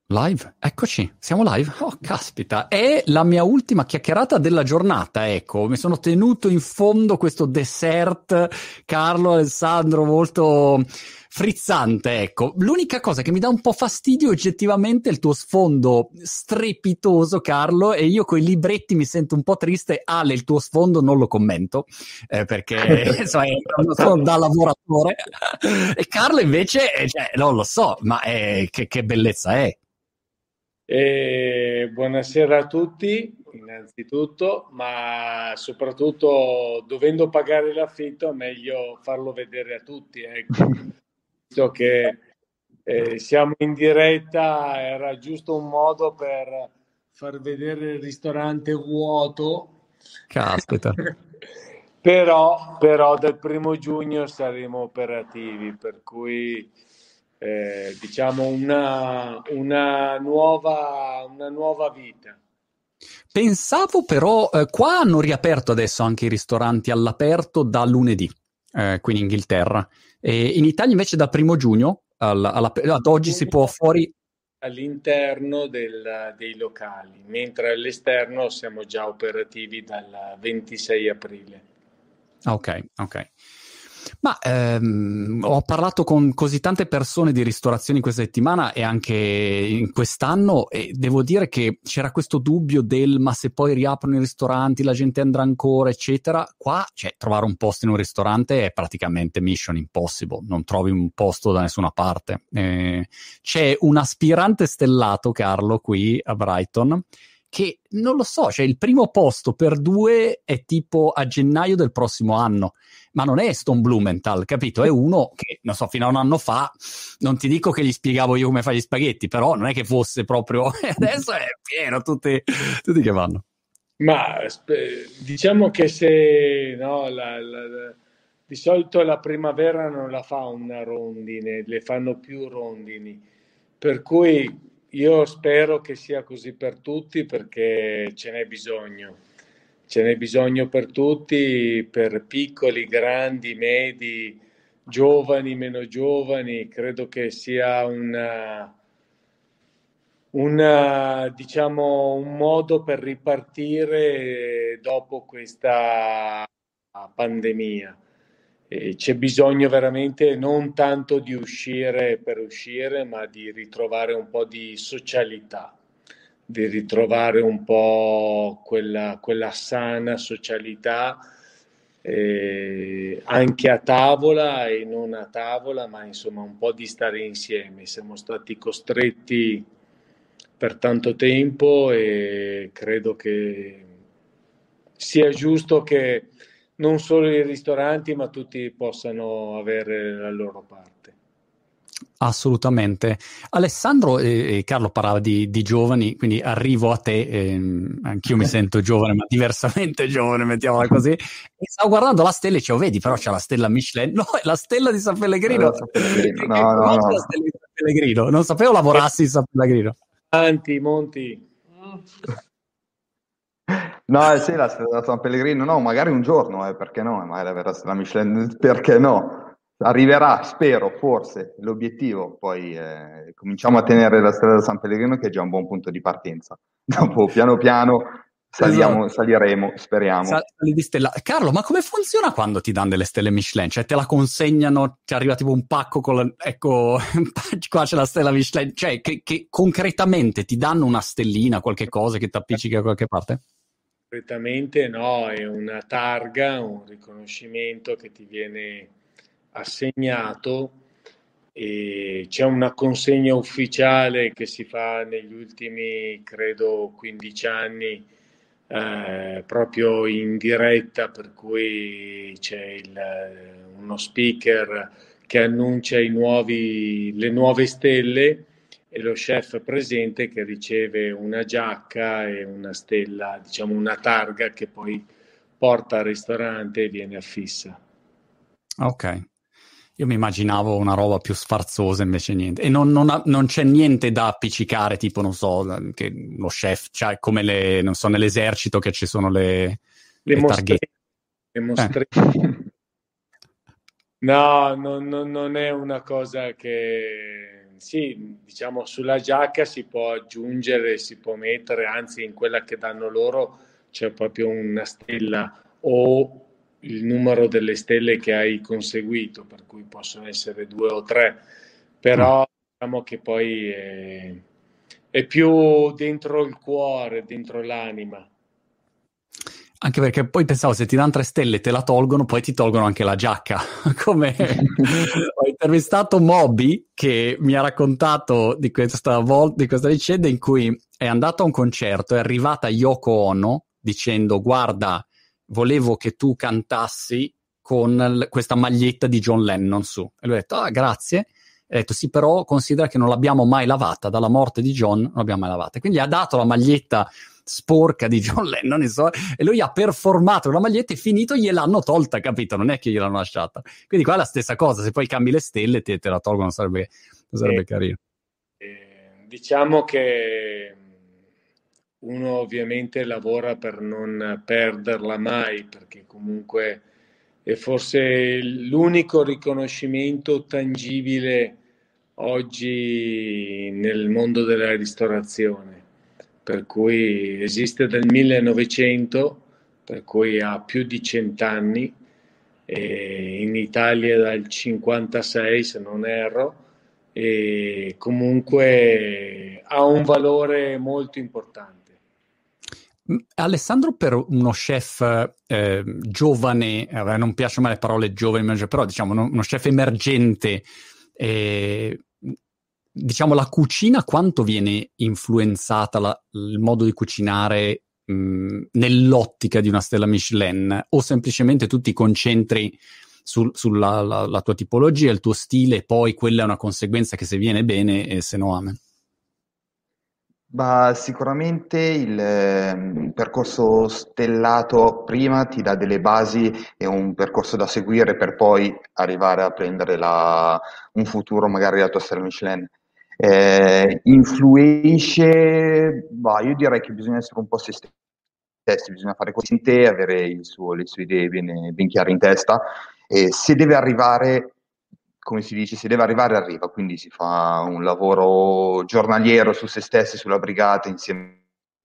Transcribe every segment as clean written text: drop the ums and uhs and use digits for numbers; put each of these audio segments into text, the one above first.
Live, eccoci, siamo live. Oh, caspita, è la mia ultima chiacchierata della giornata, ecco, mi sono tenuto in fondo questo dessert, Carlo, Alessandro, molto frizzante, ecco. L'unica cosa che mi dà un po' fastidio oggettivamente è il tuo sfondo strepitoso, Carlo, e io coi libretti mi sento un po' triste. Ale, il tuo sfondo non lo commento, perché insomma, sono da lavoratore, e Carlo invece, cioè, non lo so, ma che bellezza è. Buonasera a tutti, innanzitutto, ma soprattutto dovendo pagare l'affitto è meglio farlo vedere a tutti, ecco. Visto che siamo in diretta, era giusto un modo per far vedere il ristorante vuoto. Caspita. Però dal 1° giugno saremo operativi, per cui diciamo una nuova vita. Pensavo però, qua hanno riaperto adesso anche i ristoranti all'aperto da lunedì, qui in Inghilterra. E in Italia invece da 1° giugno, ad oggi si può fuori. All'interno dei locali, mentre all'esterno siamo già operativi dal 26 aprile. Ok, ok. Ma ho parlato con così tante persone di ristorazione questa settimana e anche in quest'anno, e devo dire che c'era questo dubbio del ma se poi riaprono i ristoranti la gente andrà ancora, eccetera. Qua, cioè, trovare un posto in un ristorante è praticamente mission impossible, non trovi un posto da nessuna parte. C'è un aspirante stellato, Carlo, qui a Brighton, che non lo so, cioè il primo posto per 2 è tipo a gennaio del prossimo anno, ma non è Stone Blumenthal, capito? È uno che, non so, fino a un anno fa, non ti dico che gli spiegavo io come fare gli spaghetti, però non è che fosse proprio, adesso è pieno, tutti che vanno. Ma diciamo che se no, di solito la primavera non la fa una rondine, le fanno più rondini, per cui io spero che sia così per tutti perché ce n'è bisogno per tutti, per piccoli, grandi, medi, giovani, meno giovani, credo che sia diciamo, un modo per ripartire dopo questa pandemia. E c'è bisogno veramente non tanto di uscire per uscire, ma di ritrovare un po' di socialità, di ritrovare un po' quella sana socialità anche a tavola e non a tavola, ma insomma un po' di stare insieme. Siamo stati costretti per tanto tempo e credo che sia giusto che non solo i ristoranti, ma tutti possano avere la loro parte. Assolutamente. Alessandro e Carlo parlava di giovani, quindi arrivo a te, anch'io mi sento giovane, ma diversamente giovane, mettiamola così, e stavo guardando la stella e dicevo, vedi, però c'è la stella Michelin, no, è la stella di San Pellegrino. San Pellegrino. Che No, no, cos'è la no. stella di San Pellegrino? Non sapevo lavorassi in San Pellegrino. Avanti, Monti. No, sì, la Stella San Pellegrino, no, magari un giorno, perché no? Magari avrà la Michelin, perché no? Arriverà, spero, forse, l'obiettivo, poi cominciamo a tenere la Stella San Pellegrino che è già un buon punto di partenza. Dopo, piano piano, Esatto. saliremo, speriamo. Sali di stella. Carlo, ma come funziona quando ti danno delle stelle Michelin? Cioè te la consegnano, ti arriva tipo un pacco con ecco, qua c'è la stella Michelin, cioè che concretamente ti danno una stellina, qualche cosa che ti appiccica da qualche parte? Completamente no, è una targa, un riconoscimento che ti viene assegnato e c'è una consegna ufficiale che si fa negli ultimi, credo, 15 anni, proprio in diretta, per cui c'è uno speaker che annuncia le nuove stelle e lo chef presente che riceve una giacca e una stella, diciamo una targa che poi porta al ristorante e viene affissa. Ok. Io mi immaginavo una roba più sfarzosa, invece niente. E non c'è niente da appiccicare, tipo, non so, che lo chef, cioè come non so, nell'esercito che ci sono Le le targhette. mostrine, le mostrine No, non è una cosa che... Sì, diciamo sulla giacca si può aggiungere, si può mettere, anzi in quella che danno loro c'è proprio una stella o il numero delle stelle che hai conseguito, per cui possono essere due o tre, Mm. però diciamo che poi è più dentro il cuore, dentro l'anima. Anche perché poi pensavo, se ti danno 3 stelle e te la tolgono, poi ti tolgono anche la giacca. Come ho intervistato Moby, che mi ha raccontato di questa di questa vicenda in cui è andato a un concerto, è arrivata Yoko Ono dicendo: guarda, volevo che tu cantassi con questa maglietta di John Lennon su. E lui ha detto: ah, grazie. E ha detto: sì, però considera che non l'abbiamo mai lavata, dalla morte di John non l'abbiamo mai lavata. Quindi ha dato la maglietta sporca di John Lennon, insomma, e lui ha performato la maglietta e finito gliel'hanno tolta, capito? Non è che gliel'hanno lasciata. Quindi qua è la stessa cosa, se poi cambi le stelle te la tolgono, sarebbe carino. Diciamo che uno ovviamente lavora per non perderla mai, perché comunque è forse l'unico riconoscimento tangibile oggi nel mondo della ristorazione, per cui esiste dal 1900, per cui ha più di 100 anni, e in Italia dal 56 se non erro, e comunque ha un valore molto importante. Alessandro, per uno chef giovane, non piacciono mai le parole giovane, però diciamo uno chef emergente, eh, diciamo la cucina quanto viene influenzata il modo di cucinare nell'ottica di una stella Michelin, o semplicemente tu ti concentri sulla la tua tipologia, il tuo stile, e poi quella è una conseguenza che se viene bene e se no amen. Ma sicuramente il percorso stellato prima ti dà delle basi e un percorso da seguire per poi arrivare a prendere un futuro, magari la tua stella Michelin. Influisce, bah, io direi che bisogna essere un po' se stessi, bisogna fare cosciente, avere le sue idee ben chiare in testa, e se deve arrivare, come si dice, se deve arrivare arriva, quindi si fa un lavoro giornaliero su se stessi, sulla brigata, insieme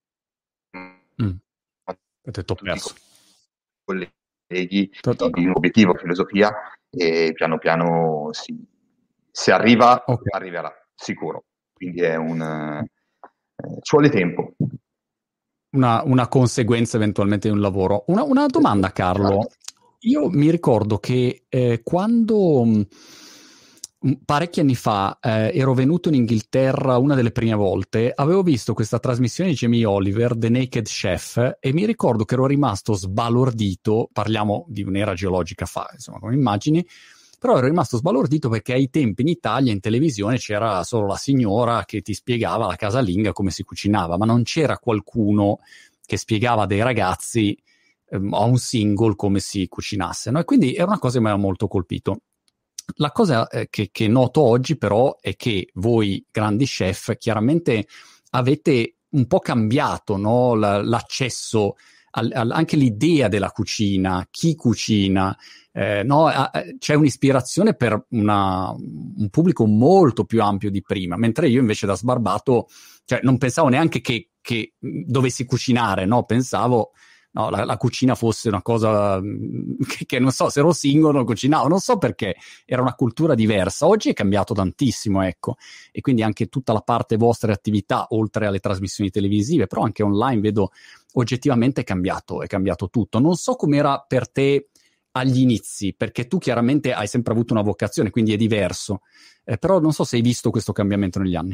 a T'ho tutti i perso. colleghi, T'ho- t'ho- di un obiettivo, filosofia, e piano piano se arriva, Ok. arriverà, sicuro. Quindi ci vuole tempo. Una conseguenza eventualmente di un lavoro. Una domanda, Carlo. Certo. Io mi ricordo che quando parecchi anni fa ero venuto in Inghilterra una delle prime volte, avevo visto questa trasmissione di Jamie Oliver, The Naked Chef, e mi ricordo che ero rimasto sbalordito, parliamo di un'era geologica fa, insomma, come immagini, però ero rimasto sbalordito perché ai tempi in Italia in televisione c'era solo la signora che ti spiegava la casalinga come si cucinava, ma non c'era qualcuno che spiegava a dei ragazzi a un single come si cucinasse, no? E quindi era una cosa che mi aveva molto colpito. La cosa che noto oggi però è che voi grandi chef chiaramente avete un po' cambiato, no? L'accesso anche l'idea della cucina, chi cucina, no? C'è un'ispirazione per un pubblico molto più ampio di prima, mentre io invece da sbarbato, cioè, non pensavo neanche che dovessi cucinare, no? Pensavo no, la cucina fosse una cosa che non so, se ero single non cucinavo, non so perché, era una cultura diversa. Oggi è cambiato tantissimo, ecco, e quindi anche tutta la parte vostre attività, oltre alle trasmissioni televisive, però anche online, vedo oggettivamente è cambiato tutto. Non so com'era per te agli inizi, perché tu chiaramente hai sempre avuto una vocazione, quindi è diverso, però non so se hai visto questo cambiamento negli anni.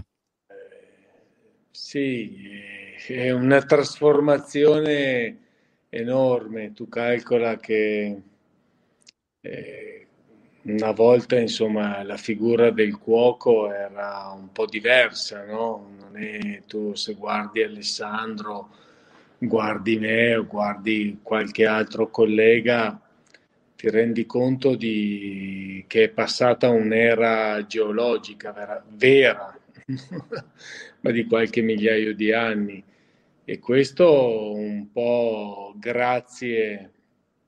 Sì, è una trasformazione enorme. Tu calcola che eh, una volta, insomma, la figura del cuoco era un po' diversa, no? Non è tu se guardi Alessandro, guardi me o guardi qualche altro collega, ti rendi conto che è passata un'era geologica vera, ma di qualche migliaio di anni. E questo un po' grazie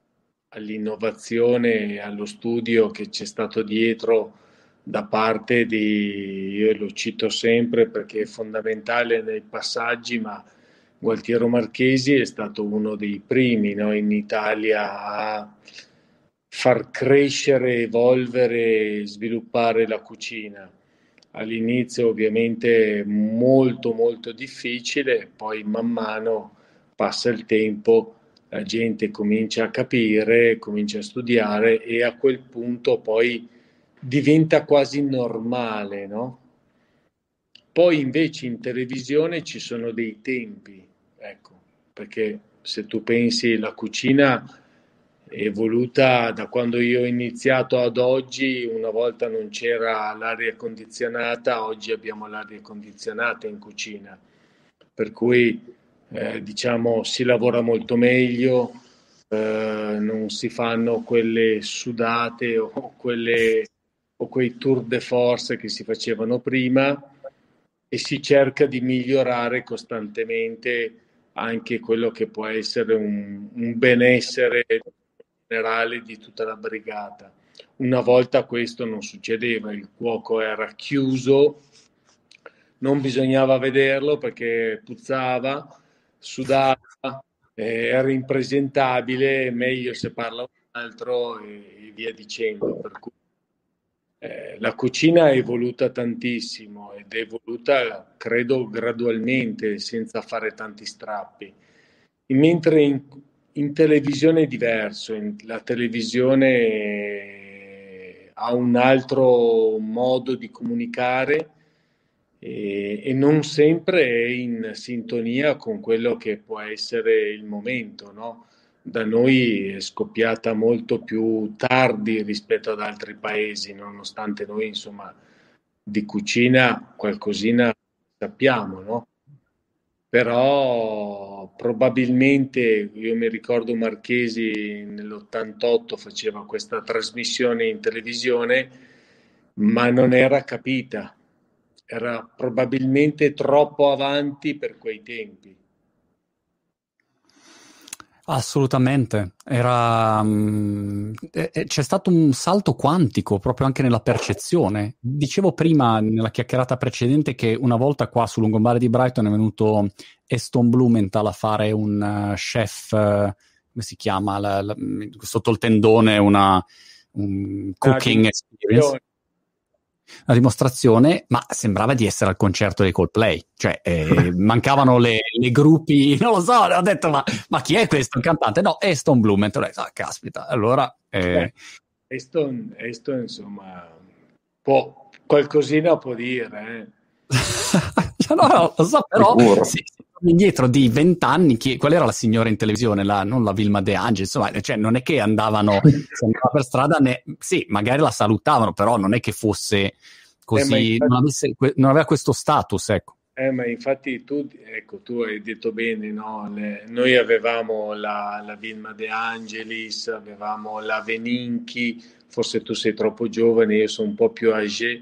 all'innovazione e allo studio che c'è stato dietro da parte io lo cito sempre perché è fondamentale nei passaggi, ma Gualtiero Marchesi è stato uno dei primi, no, in Italia a far crescere, evolvere e sviluppare la cucina. All'inizio ovviamente molto molto difficile, poi man mano passa il tempo, la gente comincia a capire, comincia a studiare e a quel punto poi diventa quasi normale, no? Poi invece in televisione ci sono dei tempi, ecco, perché se tu pensi la cucina è evoluta da quando io ho iniziato ad oggi, una volta non c'era l'aria condizionata, oggi abbiamo l'aria condizionata in cucina, per cui diciamo si lavora molto meglio, non si fanno quelle sudate o quei tour de force che si facevano prima e si cerca di migliorare costantemente anche quello che può essere un benessere generale di tutta la brigata. Una volta questo non succedeva, il cuoco era chiuso, non bisognava vederlo perché puzzava, sudava, era impresentabile, meglio se parla un altro e via dicendo. Per cui la cucina è evoluta tantissimo ed è evoluta, credo, gradualmente, senza fare tanti strappi. Mentre in televisione è diverso, la televisione ha un altro modo di comunicare e non sempre è in sintonia con quello che può essere il momento, no? Da noi è scoppiata molto più tardi rispetto ad altri paesi, nonostante noi, insomma, di cucina qualcosina sappiamo, no? Però probabilmente, io mi ricordo Marchesi nell'88 faceva questa trasmissione in televisione, ma non era capita, era probabilmente troppo avanti per quei tempi. Assolutamente, c'è stato un salto quantico proprio anche nella percezione. Dicevo prima nella chiacchierata precedente che una volta qua sul lungomare di Brighton è venuto Aston Blumenthal a fare un chef, come si chiama, sotto il tendone, un cooking experience. Una dimostrazione, ma sembrava di essere al concerto dei Coldplay, cioè mancavano le gruppi, non lo so, ho detto ma chi è questo cantante? No, è Aston Blumenthal, ho detto, caspita, allora... Aston insomma, qualcosina può dire, No, lo so, però sì, indietro di 20 anni, qual era la signora in televisione? Non la Vilma De Angelis, insomma, cioè non è che andavano per strada, sì, magari la salutavano, però non è che fosse così, infatti, non aveva questo status, ecco. Ma infatti tu hai detto bene, no? Noi avevamo la Vilma De Angelis, avevamo la Veninchi, forse tu sei troppo giovane, io sono un po' più âgé.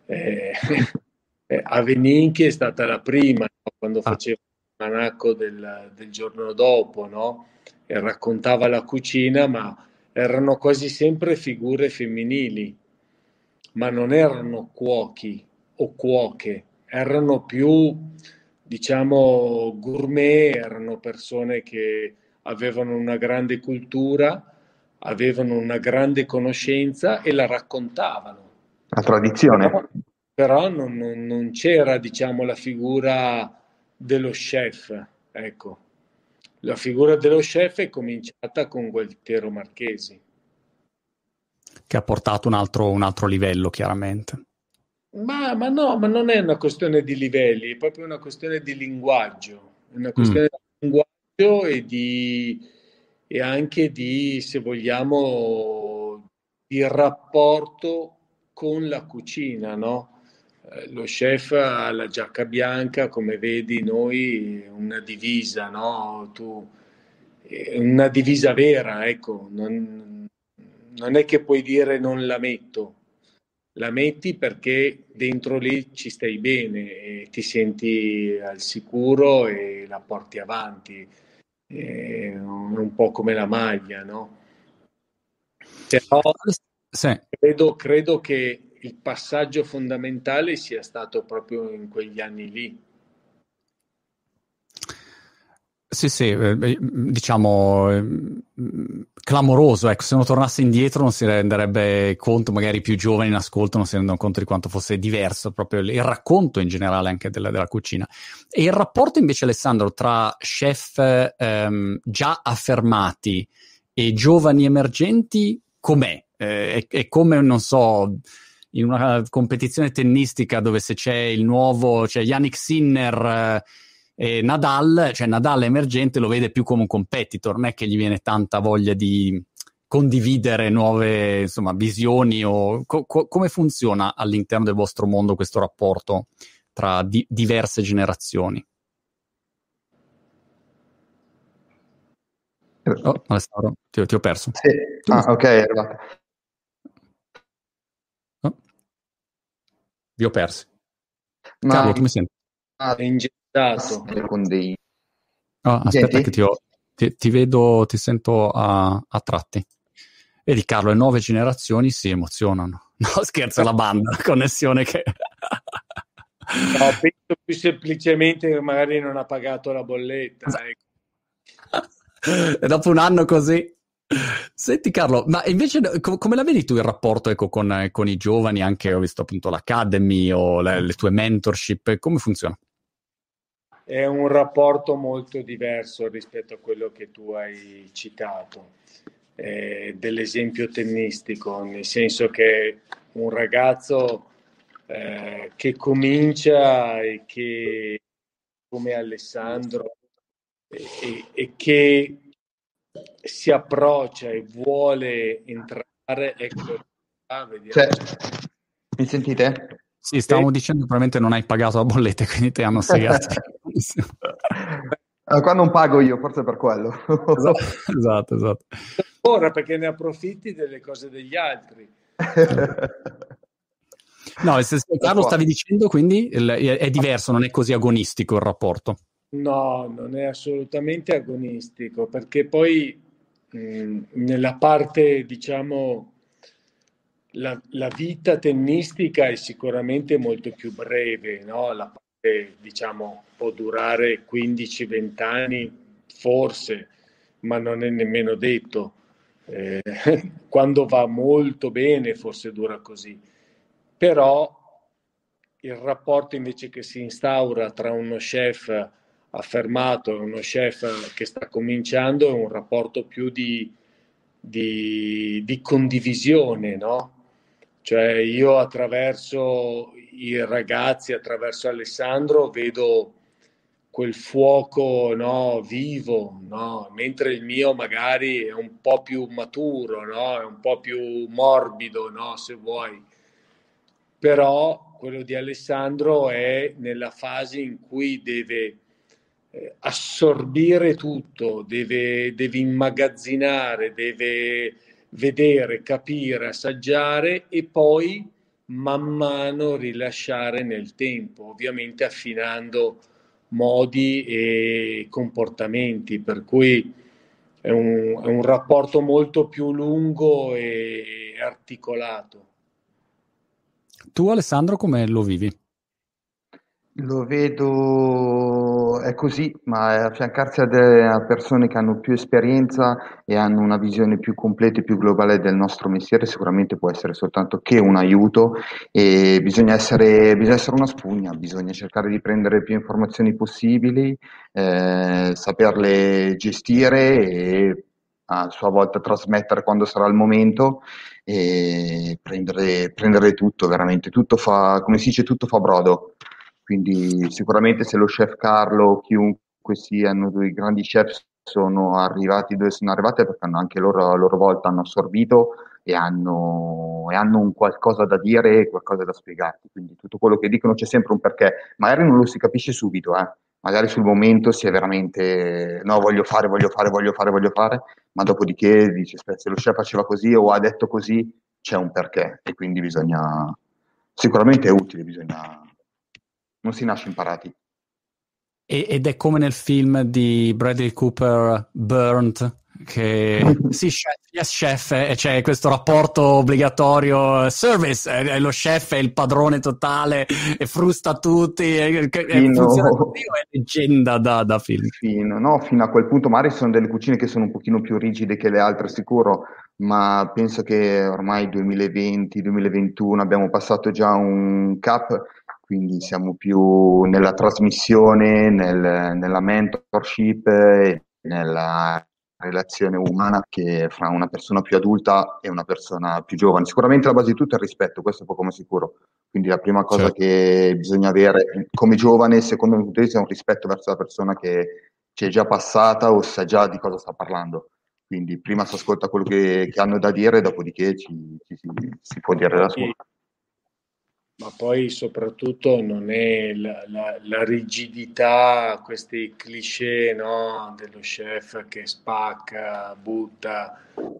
Aveninchi è stata la prima, no? Quando faceva il manacco del giorno dopo, no? E raccontava la cucina, ma erano quasi sempre figure femminili, ma non erano cuochi o cuoche, erano più, diciamo, gourmet, erano persone che avevano una grande cultura, avevano una grande conoscenza e la raccontavano. La tradizione. Però non c'era, diciamo, la figura dello chef, ecco. La figura dello chef è cominciata con Gualtiero Marchesi. Che ha portato un altro livello, chiaramente. Ma no, ma non è una questione di livelli, è proprio una questione di linguaggio. È una questione di linguaggio e anche di, se vogliamo, di rapporto con la cucina, no? Lo chef ha la giacca bianca, come vedi noi, una divisa, no? Una divisa vera, ecco, non è che puoi dire non la metto, la metti perché dentro lì ci stai bene e ti senti al sicuro e la porti avanti, è un po' come la maglia, no? Però Sì. credo che il passaggio fondamentale sia stato proprio in quegli anni lì. Sì, diciamo clamoroso, ecco, se uno tornasse indietro non si renderebbe conto, magari i più giovani in ascolto non si rendono conto di quanto fosse diverso proprio il racconto in generale anche della cucina. E il rapporto invece, Alessandro, tra chef già affermati e giovani emergenti com'è? È come, non so, in una competizione tennistica dove se c'è il nuovo, c'è Yannick Sinner e Nadal, cioè Nadal emergente lo vede più come un competitor, non è che gli viene tanta voglia di condividere nuove, insomma, visioni o come funziona all'interno del vostro mondo questo rapporto tra diverse generazioni? Oh, Alessandro, ti ho perso. Sì. Ok, è arrivato. Oh, vi ho persi. Ma Carlo, tu mi senti? È ingessato. Con dei... Aspetta che ti vedo, ti sento a tratti. Vedi Carlo, le nuove generazioni si emozionano. No, scherzo, è la banda, la connessione che... No, penso più semplicemente che magari non ha pagato la bolletta. E dopo un anno così... Senti Carlo, ma invece come la vedi tu il rapporto, ecco, con i giovani? Anche ho visto appunto l'Academy o le tue mentorship, come funziona? È un rapporto molto diverso rispetto a quello che tu hai citato, dell'esempio tennistico, nel senso che un ragazzo che comincia e che, come Alessandro, e che si approccia e vuole entrare, ecco, vediamo. Mi sentite? Sì, stavamo dicendo probabilmente non hai pagato la bolletta, quindi ti hanno segato. Qua non pago io, forse per quello. Esatto. Ora perché ne approfitti delle cose degli altri. No, se Carlo stavi dicendo, quindi è diverso, non è così agonistico il rapporto. No, non è assolutamente agonistico, perché poi nella parte, diciamo, la vita tennistica è sicuramente molto più breve, no? La parte, diciamo, può durare 15-20 anni, forse, ma non è nemmeno detto. Quando va molto bene, forse dura così. Però il rapporto invece che si instaura tra uno chef affermato e uno chef che sta cominciando è un rapporto più di condivisione, no? Cioè io attraverso i ragazzi, attraverso Alessandro, vedo quel fuoco, no, vivo, no? Mentre il mio magari è un po' più maturo, no? È un po' più morbido, no? Se vuoi. Però quello di Alessandro è nella fase in cui deve assorbire tutto, deve immagazzinare, deve vedere, capire, assaggiare e poi man mano rilasciare nel tempo, ovviamente affinando modi e comportamenti, per cui è un rapporto molto più lungo e articolato. Tu, Alessandro, come lo vivi? Lo vedo, è così, ma affiancarsi a persone che hanno più esperienza e hanno una visione più completa e più globale del nostro mestiere sicuramente può essere soltanto che un aiuto e bisogna essere una spugna, bisogna cercare di prendere più informazioni possibili, saperle gestire e a sua volta trasmettere quando sarà il momento e prendere tutto, veramente tutto fa, come si dice, tutto fa brodo. Quindi sicuramente se lo chef Carlo, chiunque siano dei grandi chef, sono arrivati dove sono arrivati è perché hanno anche loro a loro volta hanno assorbito e hanno un qualcosa da dire e qualcosa da spiegarti. Quindi tutto quello che dicono c'è sempre un perché. Magari non lo si capisce subito, magari sul momento si è veramente no, voglio fare, ma dopodiché dici, aspetta, se lo chef faceva così o ha detto così, c'è un perché e quindi bisogna, sicuramente è utile, non si nasce imparati. Ed è come nel film di Bradley Cooper, Burnt, Sì, chef, yes, chef, c'è questo rapporto obbligatorio, service, lo chef è il padrone totale e frusta tutti, funziona così o è leggenda da film? No, fino a quel punto magari sono delle cucine che sono un pochino più rigide che le altre, sicuro, ma penso che ormai 2020-2021 abbiamo passato già un cap, quindi siamo più nella trasmissione, nella mentorship e nella relazione umana che fra una persona più adulta e una persona più giovane. Sicuramente la base di tutto è il rispetto, questo è poco ma sicuro. Quindi la prima cosa Certo. che bisogna avere come giovane, secondo me, è un rispetto verso la persona che ci è già passata o sa già di cosa sta parlando. Quindi prima si ascolta quello che hanno da dire, dopodiché si può dire la sua. Ma poi soprattutto non è la rigidità, questi cliché, no, dello chef che spacca, butta,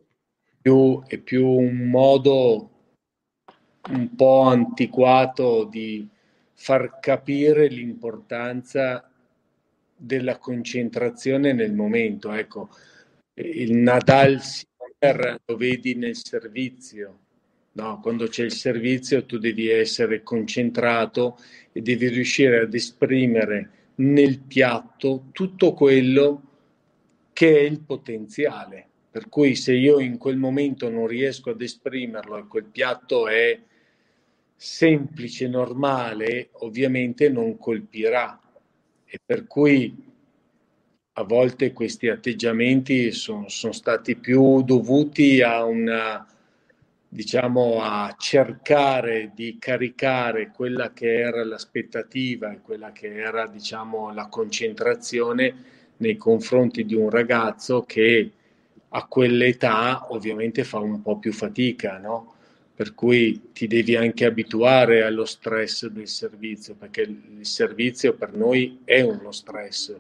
è più un modo un po' antiquato di far capire l'importanza della concentrazione nel momento. Ecco, il Nadal Sinner lo vedi nel servizio, no? Quando c'è il servizio tu devi essere concentrato e devi riuscire ad esprimere nel piatto tutto quello che è il potenziale. Per cui se io in quel momento non riesco ad esprimerlo e quel piatto è semplice, normale, ovviamente non colpirà. E per cui a volte questi atteggiamenti sono stati più dovuti a una, diciamo, a cercare di caricare quella che era l'aspettativa e quella che era, diciamo, la concentrazione nei confronti di un ragazzo che a quell'età ovviamente fa un po' più fatica, no? Per cui ti devi anche abituare allo stress del servizio, perché il servizio per noi è uno stress.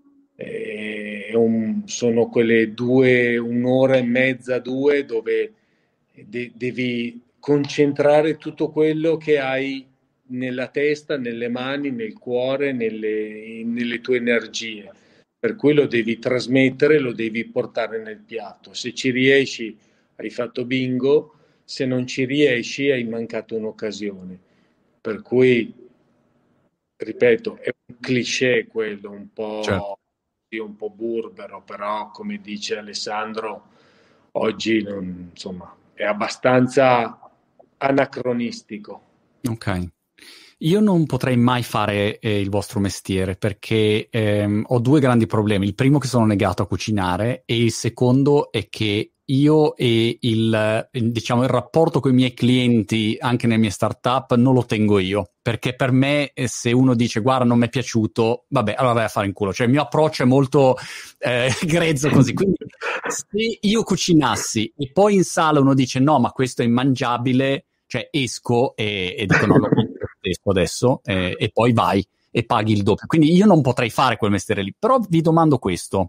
Sono quelle un'ora e mezza, due, dove devi concentrare tutto quello che hai nella testa, nelle mani, nel cuore, nelle tue energie. Per cui lo devi trasmettere, lo devi portare nel piatto. Se ci riesci, hai fatto bingo, se non ci riesci, hai mancato un'occasione. Per cui, ripeto, è un cliché quello, Certo. un po' burbero, però come dice Alessandro, oggi insomma, è abbastanza anacronistico. Ok. Io non potrei mai fare il vostro mestiere perché ho due grandi problemi. Il primo che sono negato a cucinare e il secondo è che io e diciamo, il rapporto con i miei clienti anche nelle mie startup non lo tengo io, perché per me se uno dice guarda non mi è piaciuto, vabbè, allora vai a fare in culo. Cioè il mio approccio è molto grezzo così. Quindi se io cucinassi e poi in sala uno dice no ma questo è immangiabile, cioè esco e dico no, lo mangio lo stesso adesso e poi vai e paghi il doppio. Quindi io non potrei fare quel mestiere lì. Però vi domando questo: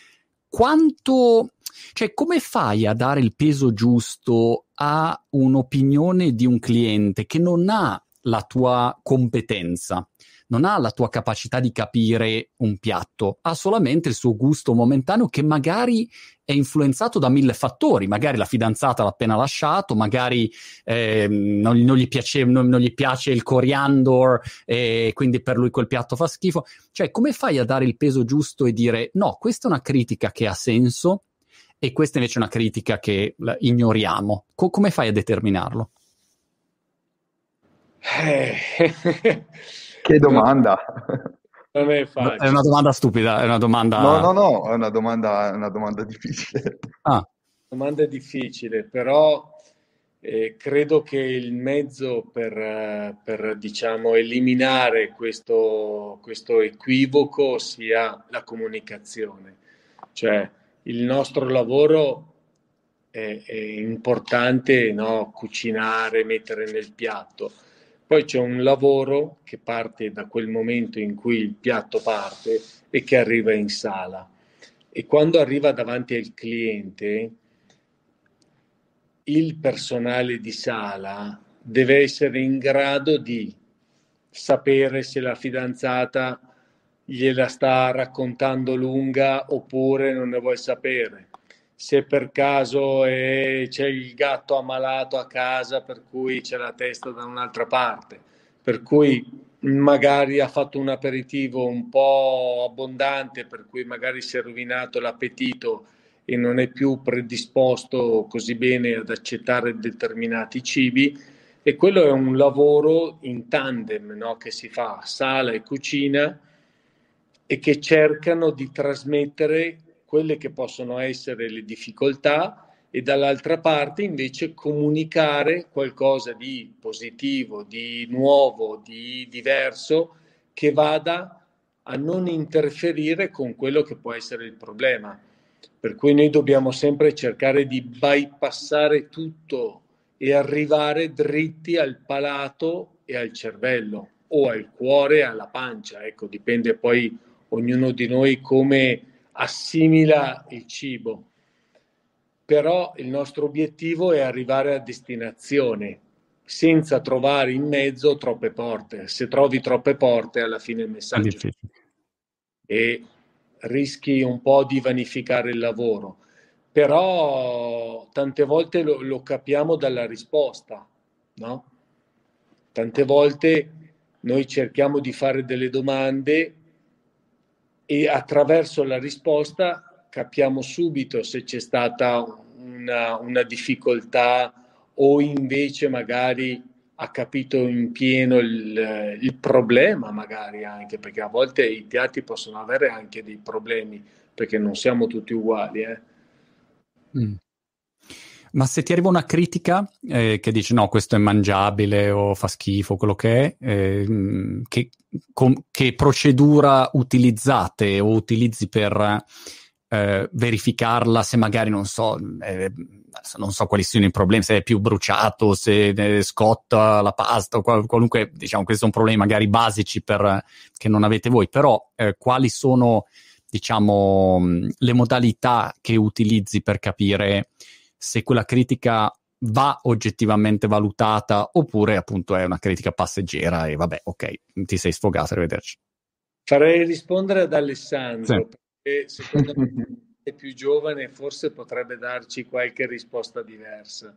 cioè come fai a dare il peso giusto a un'opinione di un cliente che non ha la tua competenza, non ha la tua capacità di capire un piatto, ha solamente il suo gusto momentaneo che magari è influenzato da 1000 fattori, magari la fidanzata l'ha appena lasciato, magari non gli piace il coriandor e quindi per lui quel piatto fa schifo. Cioè come fai a dare il peso giusto e dire no, questa è una critica che ha senso e questa invece è una critica che ignoriamo? Come fai a determinarlo? Che domanda! Non è È facile. una domanda stupida, è una domanda... No, è una domanda difficile. Ah, Domanda difficile, però credo che il mezzo per, diciamo, eliminare questo equivoco sia la comunicazione. Cioè, il nostro lavoro è importante, no? Cucinare, mettere nel piatto. Poi c'è un lavoro che parte da quel momento in cui il piatto parte e che arriva in sala. E quando arriva davanti al cliente, il personale di sala deve essere in grado di sapere se la fidanzata gliela sta raccontando lunga oppure non ne vuole sapere, se per caso c'è il gatto ammalato a casa per cui c'è la testa da un'altra parte, per cui magari ha fatto un aperitivo un po' abbondante per cui magari si è rovinato l'appetito e non è più predisposto così bene ad accettare determinati cibi, e quello è un lavoro in tandem, no? Che si fa sala e cucina e che cercano di trasmettere quelle che possono essere le difficoltà e dall'altra parte invece comunicare qualcosa di positivo, di nuovo, di diverso, che vada a non interferire con quello che può essere il problema. Per cui noi dobbiamo sempre cercare di bypassare tutto e arrivare dritti al palato e al cervello, o al cuore e alla pancia. Ecco, dipende poi ognuno di noi come assimila il cibo. Però il nostro obiettivo è arrivare a destinazione senza trovare in mezzo troppe porte. Se trovi troppe porte, alla fine il messaggio e rischi un po' di vanificare il lavoro. Però tante volte lo capiamo dalla risposta, no? Tante volte noi cerchiamo di fare delle domande e attraverso la risposta capiamo subito se c'è stata una difficoltà o invece magari ha capito in pieno il problema, magari anche, perché a volte i piatti possono avere anche dei problemi, perché non siamo tutti uguali. Ma se ti arriva una critica che dice no, questo è mangiabile o fa schifo, quello che è, che procedura utilizzate o utilizzi per verificarla, se magari non so quali siano i problemi, se è più bruciato, se scotta la pasta o qualunque, diciamo, questi sono problemi magari basici che non avete voi, però quali sono, diciamo, le modalità che utilizzi per capire se quella critica va oggettivamente valutata oppure appunto è una critica passeggera e vabbè, ok, ti sei sfogato, arrivederci. Farei rispondere ad Alessandro, sì, perché secondo me è più giovane e forse potrebbe darci qualche risposta diversa.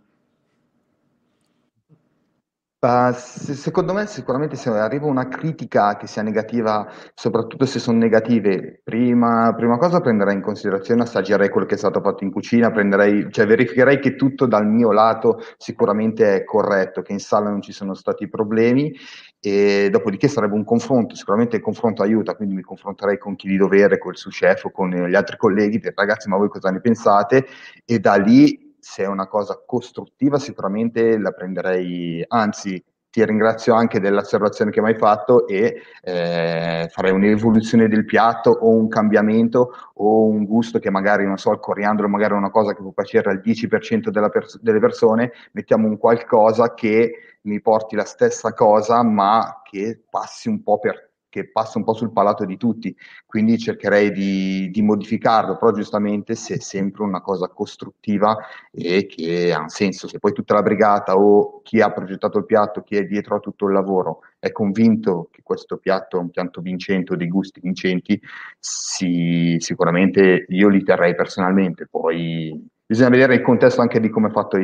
Secondo me sicuramente se arriva una critica che sia negativa, soprattutto se sono negative, prima cosa prenderei in considerazione, assaggerei quello che è stato fatto in cucina, cioè verificherei che tutto dal mio lato sicuramente è corretto, che in sala non ci sono stati problemi, e dopodiché sarebbe un confronto, sicuramente il confronto aiuta, quindi mi confronterei con chi di dovere, col sous chef o con gli altri colleghi, per ragazzi, ma voi cosa ne pensate? E da lì, se è una cosa costruttiva, sicuramente la prenderei, anzi, ti ringrazio anche dell'osservazione che mi hai fatto e farei un'evoluzione del piatto o un cambiamento o un gusto che magari, non so, il coriandolo magari è una cosa che può piacere al 10% delle persone, mettiamo un qualcosa che mi porti la stessa cosa ma che passi un po' che passa un po' sul palato di tutti, quindi cercherei di modificarlo, però giustamente se è sempre una cosa costruttiva e che ha un senso. Se poi tutta la brigata o chi ha progettato il piatto, chi è dietro a tutto il lavoro, è convinto che questo piatto è un piatto vincente o dei gusti vincenti, sicuramente io li terrei personalmente. Poi bisogna vedere il contesto anche di come è fatto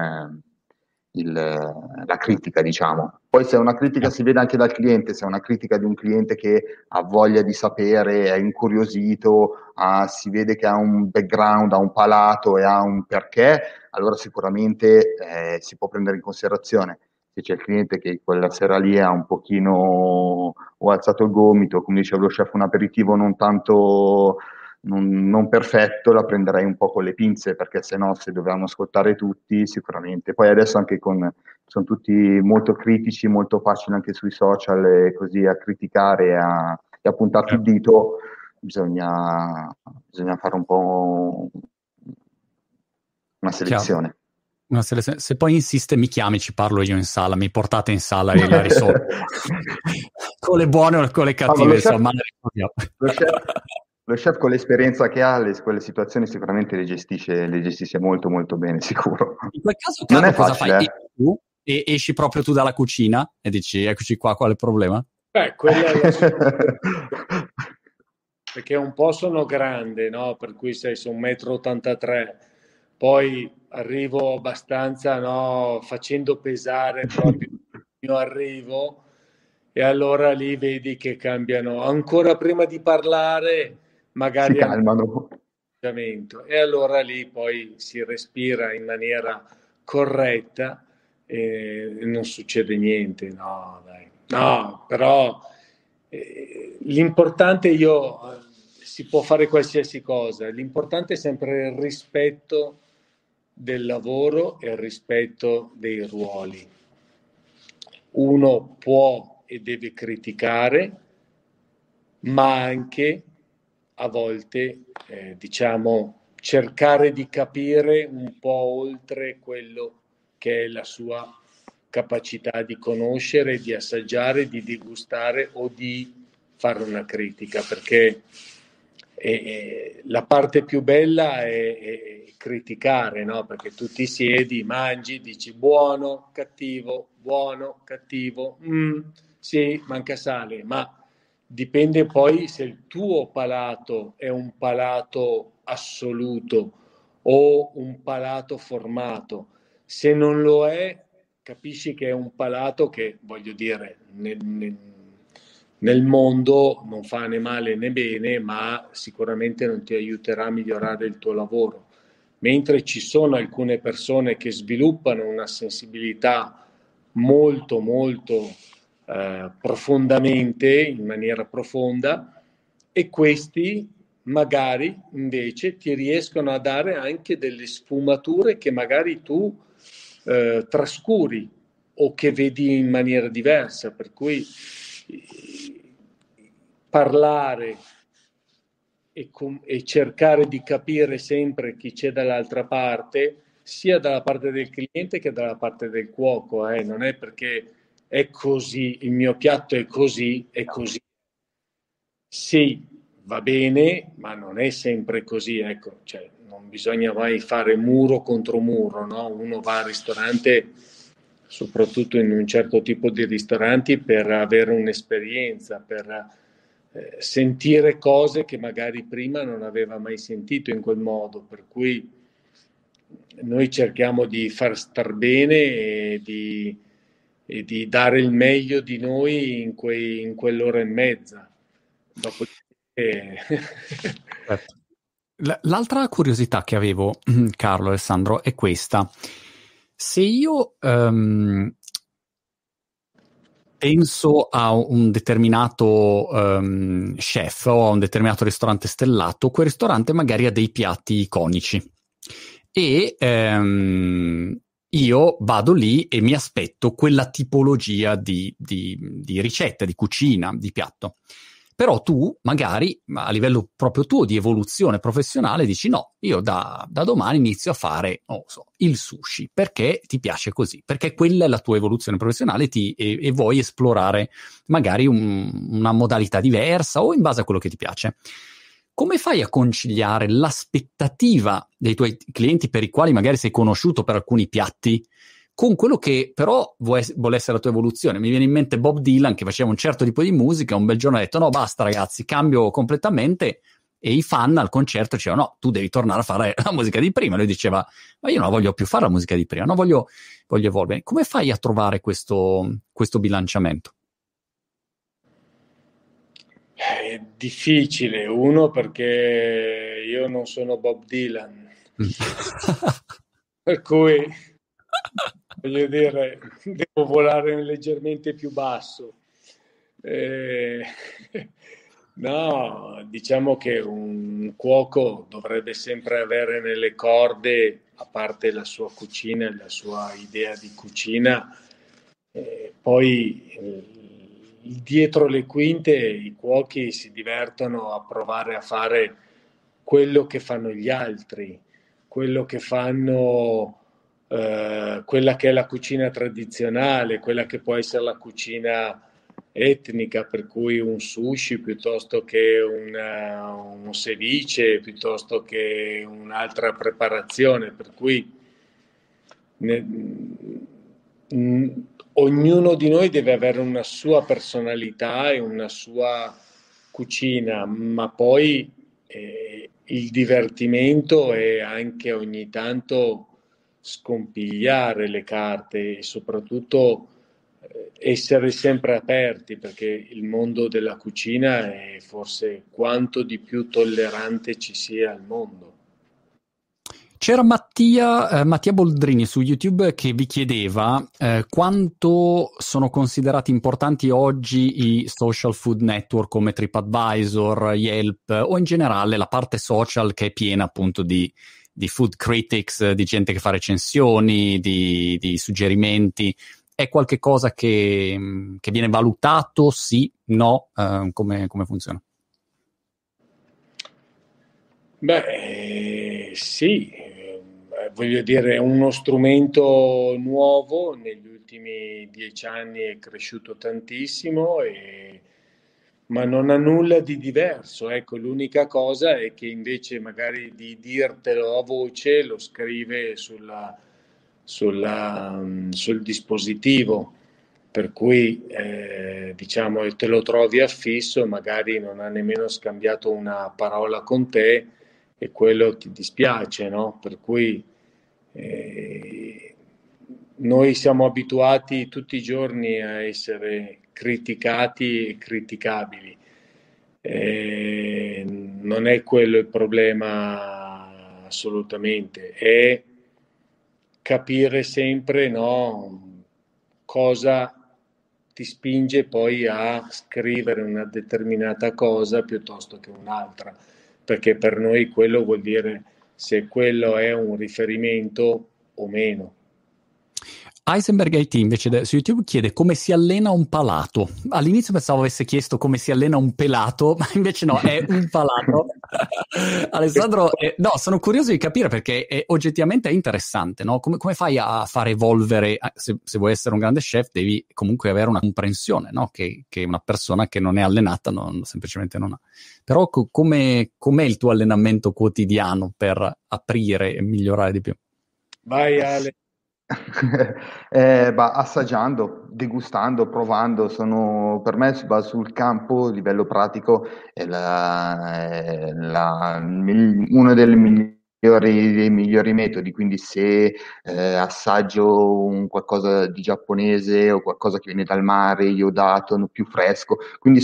la critica, diciamo. Poi se è una critica si vede anche dal cliente, se è una critica di un cliente che ha voglia di sapere, è incuriosito, si vede che ha un background, ha un palato e ha un perché, allora sicuramente si può prendere in considerazione. Se c'è il cliente che quella sera lì ha un pochino o alzato il gomito, come diceva lo chef, un aperitivo non tanto non perfetto, la prenderei un po' con le pinze, perché se no, se dovevamo ascoltare tutti, sicuramente. Poi adesso anche sono tutti molto critici, molto facili anche sui social, e così a criticare e a puntarti il dito, bisogna fare un po' una selezione. Se poi insiste mi chiami, ci parlo io in sala, mi portate in sala e la risolvo. Con le buone o con le cattive, insomma. Lo chef con l'esperienza che ha, quelle situazioni sicuramente le gestisce molto molto bene, sicuro. In quel caso, Carlo, non è cosa facile, fai? Tu esci proprio tu dalla cucina e dici eccoci qua, qual è il problema? Quella è perché un po' sono grande, no? Per cui sei su 1,83 m, poi arrivo abbastanza, no, facendo pesare proprio il mio arrivo, e allora lì vedi che cambiano ancora prima di parlare, Si magari anche calmano. l'atteggiamento, e allora lì poi si respira in maniera corretta e non succede niente. No, dai. No, però l'importante, si può fare qualsiasi cosa, l'importante è sempre il rispetto del lavoro e il rispetto dei ruoli. Uno può e deve criticare, ma anche a volte, diciamo, cercare di capire un po' oltre quello che è la sua capacità di conoscere, di assaggiare, di degustare o di fare una critica, perché la parte più bella è criticare, no? Perché tu ti siedi, mangi, dici buono, cattivo, sì, manca sale, ma dipende poi se il tuo palato è un palato assoluto o un palato formato. Se non lo è, capisci che è un palato che, voglio dire, nel mondo non fa né male né bene, ma sicuramente non ti aiuterà a migliorare il tuo lavoro. Mentre ci sono alcune persone che sviluppano una sensibilità molto, molto profondamente, in maniera profonda, e questi magari invece ti riescono a dare anche delle sfumature che magari tu trascuri o che vedi in maniera diversa, per cui parlare e cercare di capire sempre chi c'è dall'altra parte, sia dalla parte del cliente che dalla parte del cuoco. Non è perché è così, il mio piatto è così, è così. Sì, va bene, ma non è sempre così, ecco, cioè, non bisogna mai fare muro contro muro, no? Uno va al ristorante, soprattutto in un certo tipo di ristoranti, per avere un'esperienza, per sentire cose che magari prima non aveva mai sentito in quel modo, per cui noi cerchiamo di far star bene e di dare il meglio di noi in quell'ora e mezza. Dopodiché... Certo. L'altra curiosità che avevo, Carlo Alessandro, è questa. Se io penso a un determinato chef o a un determinato ristorante stellato, quel ristorante magari ha dei piatti iconici e io vado lì e mi aspetto quella tipologia di ricetta, di cucina, di piatto. Però tu magari a livello proprio tuo di evoluzione professionale dici no, io da domani inizio a fare, non so, il sushi, perché ti piace così, perché quella è la tua evoluzione professionale e vuoi esplorare magari una modalità diversa o in base a quello che ti piace. Come fai a conciliare l'aspettativa dei tuoi clienti per i quali magari sei conosciuto per alcuni piatti con quello che però vuole essere la tua evoluzione? Mi viene in mente Bob Dylan che faceva un certo tipo di musica, un bel giorno ha detto no basta ragazzi, cambio completamente, e i fan al concerto dicevano no, tu devi tornare a fare la musica di prima. Lui diceva ma io non voglio più fare la musica di prima, no, voglio evolvere. Come fai a trovare questo bilanciamento? È difficile, uno perché io non sono Bob Dylan, per cui voglio dire, devo volare leggermente più basso. Eh, no, diciamo che un cuoco dovrebbe sempre avere nelle corde, a parte la sua cucina e la sua idea di cucina, poi dietro le quinte i cuochi si divertono a provare a fare quello che fanno gli altri, quello che fanno, quella che è la cucina tradizionale, quella che può essere la cucina etnica, per cui un sushi piuttosto che un ceviche, piuttosto che un'altra preparazione, per cui ognuno di noi deve avere una sua personalità e una sua cucina, ma poi il divertimento è anche ogni tanto scompigliare le carte e soprattutto essere sempre aperti, perché il mondo della cucina è forse quanto di più tollerante ci sia al mondo. C'era Mattia Boldrini su YouTube che vi chiedeva quanto sono considerati importanti oggi i social food network come TripAdvisor, Yelp o in generale la parte social che è piena appunto di food critics, di gente che fa recensioni, di suggerimenti. È qualche cosa che viene valutato? Sì? No? Come funziona? Beh, sì, voglio dire, è uno strumento nuovo, negli ultimi 10 anni è cresciuto tantissimo, ma non ha nulla di diverso. Ecco, l'unica cosa è che invece magari di dirtelo a voce lo scrive sul dispositivo, per cui diciamo te lo trovi affisso, magari non ha nemmeno scambiato una parola con te e quello ti dispiace, no? Per cui noi siamo abituati tutti i giorni a essere criticati e criticabili. Non è quello il problema assolutamente, è capire sempre, no, cosa ti spinge poi a scrivere una determinata cosa piuttosto che un'altra, perché per noi quello vuol dire se quello è un riferimento o meno. Heisenberg IT invece su YouTube chiede come si allena un palato. All'inizio pensavo avesse chiesto come si allena un pelato, ma invece no, è un palato. Alessandro, no, sono curioso di capire perché oggettivamente è interessante, no? Come fai a far evolvere, se vuoi essere un grande chef, devi comunque avere una comprensione, no? Che una persona che non è allenata semplicemente non ha. Però com'è il tuo allenamento quotidiano per aprire e migliorare di più? Vai Ale. Assaggiando, degustando, provando, per me si basa sul campo, a livello pratico, uno dei migliori metodi, quindi se assaggio qualcosa di giapponese o qualcosa che viene dal mare, iodato, più fresco, quindi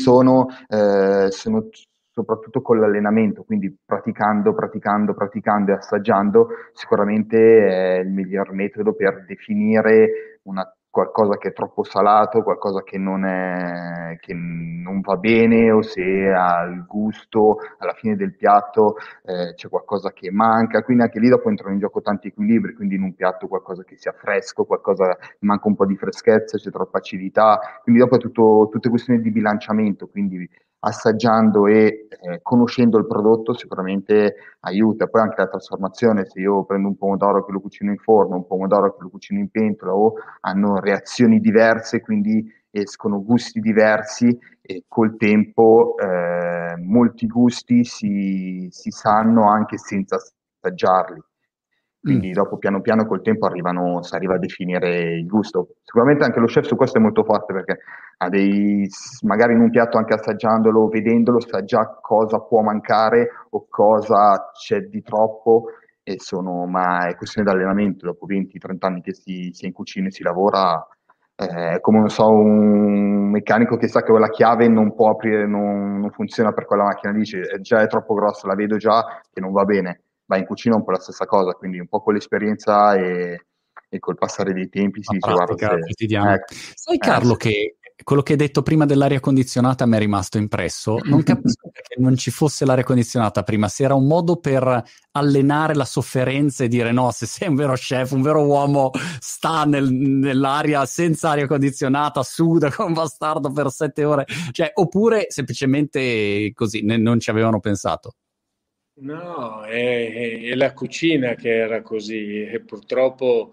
sono soprattutto con l'allenamento, quindi praticando e assaggiando, sicuramente è il miglior metodo per definire qualcosa che è troppo salato, qualcosa che che non va bene, o se al gusto, alla fine del piatto c'è qualcosa che manca. Quindi anche lì dopo entrano in gioco tanti equilibri, quindi in un piatto qualcosa che sia fresco, qualcosa manca un po' di freschezza, c'è troppa acidità, quindi dopo è tutte questioni di bilanciamento, quindi assaggiando e conoscendo il prodotto sicuramente aiuta. Poi anche la trasformazione, se io prendo un pomodoro che lo cucino in forno, un pomodoro che lo cucino in pentola, hanno reazioni diverse, quindi escono gusti diversi e col tempo molti gusti si sanno anche senza assaggiarli. Quindi dopo piano piano col tempo si arriva a definire il gusto. Sicuramente anche lo chef su questo è molto forte perché magari in un piatto anche assaggiandolo, vedendolo, sa già cosa può mancare o cosa c'è di troppo, ma è questione di allenamento. Dopo 20-30 anni che si è in cucina e si lavora, è come, non so, un meccanico che sa che la chiave non può aprire, non funziona per quella macchina lì, già è troppo grossa, la vedo già che non va bene. Va in cucina un po' la stessa cosa, quindi un po' con l'esperienza e col passare dei tempi si La dice guarda pratica se... quotidiana. Sai Carlo sì. che quello che hai detto prima dell'aria condizionata mi è rimasto impresso. Non capisco perché non ci fosse l'aria condizionata prima, se era un modo per allenare la sofferenza e dire no, se sei un vero chef, un vero uomo sta nell'aria senza aria condizionata, suda come un bastardo per 7 ore, cioè, oppure semplicemente così, non ci avevano pensato. No, è la cucina che era così e purtroppo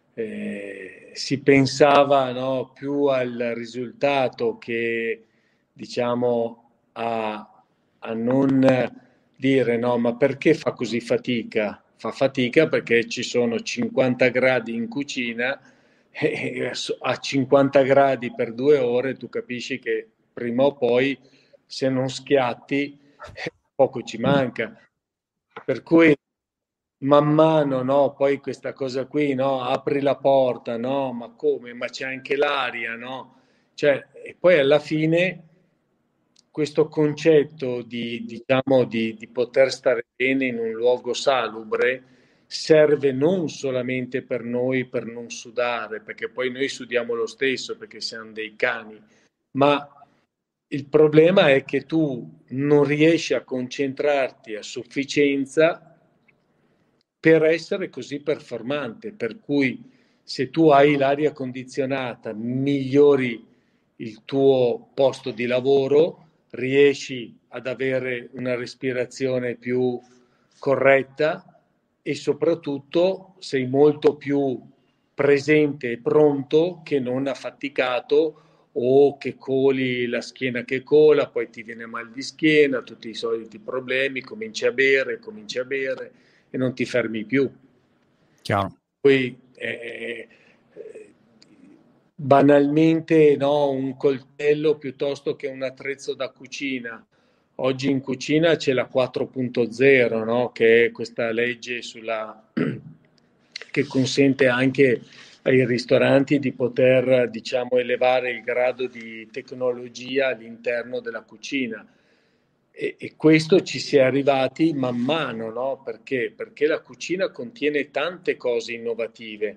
si pensava, no, più al risultato che diciamo a non dire no, ma perché fa così fatica? Fa fatica perché ci sono 50 gradi in cucina e a 50 gradi per 2 ore tu capisci che prima o poi se non schiatti poco ci manca. Per cui man mano, no, poi questa cosa qui, no, apri la porta, no, ma come? Ma c'è anche l'aria, no? Cioè, e poi alla fine questo concetto diciamo, di poter stare bene in un luogo salubre serve non solamente per noi per non sudare, perché poi noi sudiamo lo stesso perché siamo dei cani, ma il problema è che tu non riesci a concentrarti a sufficienza per essere così performante, per cui se tu hai l'aria condizionata, migliori il tuo posto di lavoro, riesci ad avere una respirazione più corretta e soprattutto sei molto più presente e pronto che non affaticato o che coli la schiena che cola, poi ti viene mal di schiena, tutti i soliti problemi, cominci a bere e non ti fermi più. Chiaro. Poi banalmente no, un coltello piuttosto che un attrezzo da cucina. Oggi in cucina c'è la 4.0, no? Che è questa legge che consente anche ai ristoranti di poter, diciamo, elevare il grado di tecnologia all'interno della cucina. E questo ci si è arrivati man mano, no? Perché? Perché la cucina contiene tante cose innovative,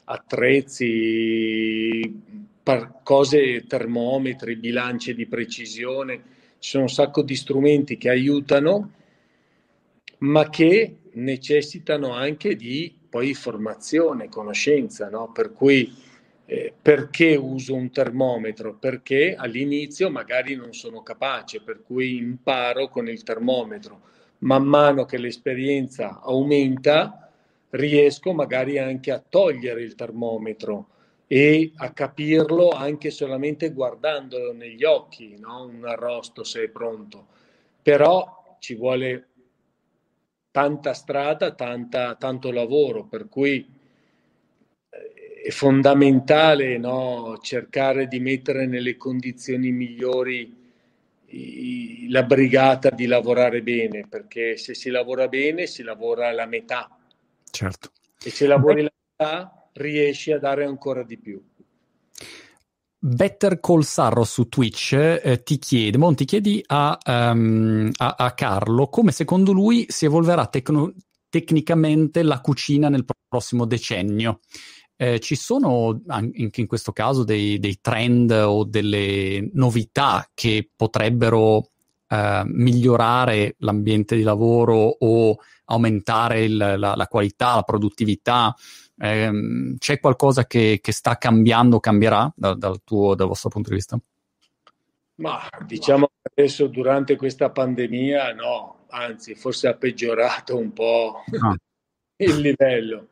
attrezzi, cose, termometri, bilanci di precisione, ci sono un sacco di strumenti che aiutano, ma che necessitano anche di poi formazione, conoscenza, no? Per cui perché uso un termometro? Perché all'inizio magari non sono capace, per cui imparo con il termometro. Man mano che l'esperienza aumenta, riesco magari anche a togliere il termometro e a capirlo anche solamente guardandolo negli occhi, no? Un arrosto se è pronto. Però ci vuole tanta strada, tanto lavoro, per cui è fondamentale, no, cercare di mettere nelle condizioni migliori la brigata di lavorare bene, perché se si lavora bene si lavora la metà. Certo. E se lavori la metà riesci a dare ancora di più. Better Call Sarro su Twitch ti chiedi a Carlo come secondo lui si evolverà tecnicamente la cucina nel prossimo decennio. Ci sono anche in questo caso dei trend o delle novità che potrebbero migliorare l'ambiente di lavoro o aumentare la qualità, la produttività? C'è qualcosa che sta cambiando, cambierà dal vostro punto di vista? Ma diciamo che adesso durante questa pandemia no, anzi forse ha peggiorato un po' il livello.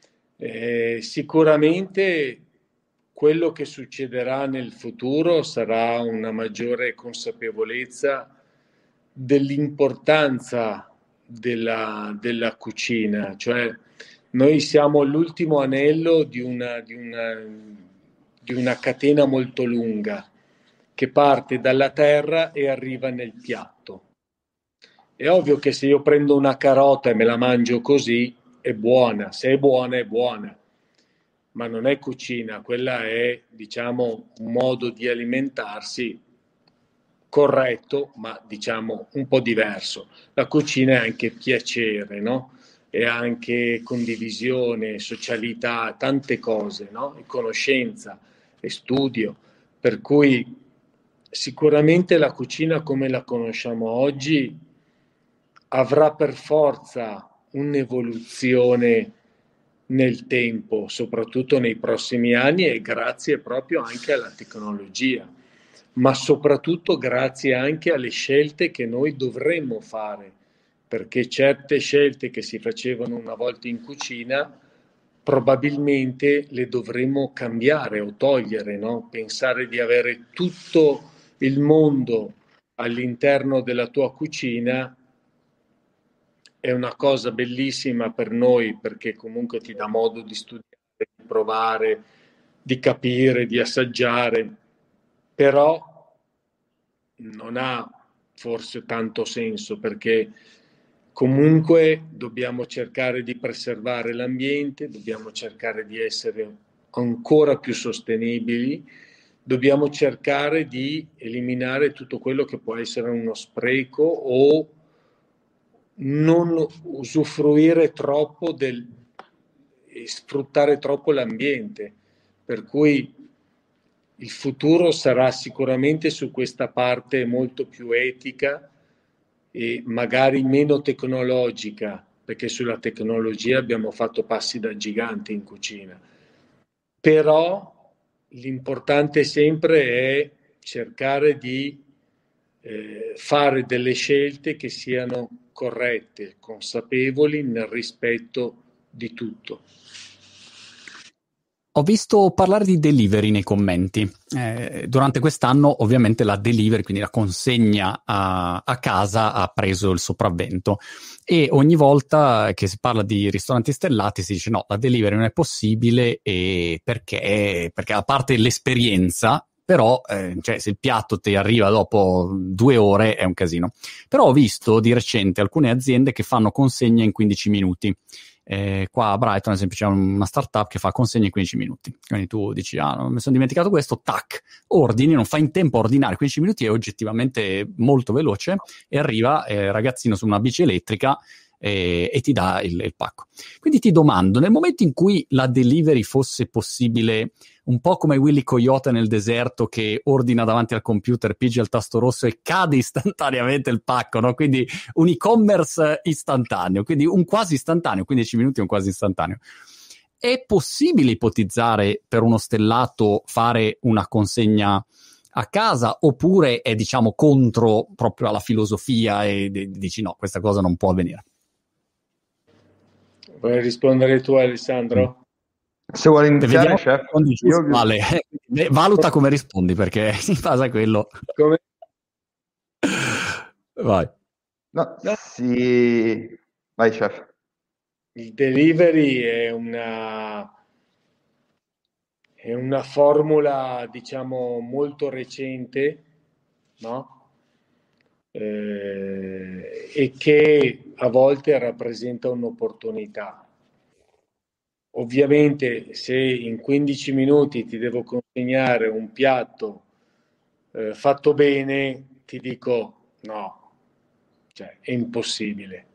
Sicuramente quello che succederà nel futuro sarà una maggiore consapevolezza dell'importanza della cucina, cioè noi siamo l'ultimo anello di una catena molto lunga che parte dalla terra e arriva nel piatto. È ovvio che se io prendo una carota e me la mangio così, è buona, se è buona è buona, ma non è cucina, quella è, diciamo, un modo di alimentarsi corretto, ma diciamo un po' diverso. La cucina è anche piacere, no? È anche condivisione, socialità, tante cose, no? E conoscenza e studio. Per cui sicuramente la cucina come la conosciamo oggi avrà per forza un'evoluzione nel tempo, soprattutto nei prossimi anni e grazie proprio anche alla tecnologia, ma soprattutto grazie anche alle scelte che noi dovremmo fare, perché certe scelte che si facevano una volta in cucina probabilmente le dovremmo cambiare o togliere, no? Pensare di avere tutto il mondo all'interno della tua cucina è una cosa bellissima per noi perché comunque ti dà modo di studiare, di provare, di capire, di assaggiare, però non ha forse tanto senso perché Comunque dobbiamo cercare di preservare l'ambiente, dobbiamo cercare di essere ancora più sostenibili, dobbiamo cercare di eliminare tutto quello che può essere uno spreco o non usufruire troppo e sfruttare troppo l'ambiente. Per cui il futuro sarà sicuramente su questa parte molto più etica e magari meno tecnologica, perché sulla tecnologia abbiamo fatto passi da gigante in cucina. Però l'importante sempre è cercare di fare delle scelte che siano corrette, consapevoli nel rispetto di tutto. Ho visto parlare di delivery nei commenti. Durante quest'anno ovviamente la delivery, quindi la consegna a casa, ha preso il sopravvento e ogni volta che si parla di ristoranti stellati si dice no, la delivery non è possibile perché a parte l'esperienza, però cioè, se il piatto ti arriva dopo 2 ore è un casino. Però ho visto di recente alcune aziende che fanno consegna in 15 minuti. Qua a Brighton ad esempio c'è una startup che fa consegna in 15 minuti, quindi tu dici non mi sono dimenticato questo, tac, ordini, non fai in tempo a ordinare, 15 minuti è oggettivamente molto veloce e arriva ragazzino su una bici elettrica e ti dà il pacco. Quindi ti domando, nel momento in cui la delivery fosse possibile un po' come Willy Coyote nel deserto che ordina davanti al computer, pigia il tasto rosso e cade istantaneamente il pacco, no? Quindi un e-commerce istantaneo, quindi un quasi istantaneo, 15 minuti è un quasi istantaneo. È possibile ipotizzare per uno stellato fare una consegna a casa oppure è diciamo contro proprio alla filosofia e dici no, questa cosa non può avvenire? Vuoi rispondere tu, Alessandro? Se vuole iniziare, chef, io... Vale. Valuta come rispondi perché in base a quello. Come... Vai. No, sì. Vai, chef. Il delivery è una formula, diciamo, molto recente, no? E che a volte rappresenta un'opportunità. Ovviamente se in 15 minuti ti devo consegnare un piatto fatto bene, ti dico no, cioè è impossibile.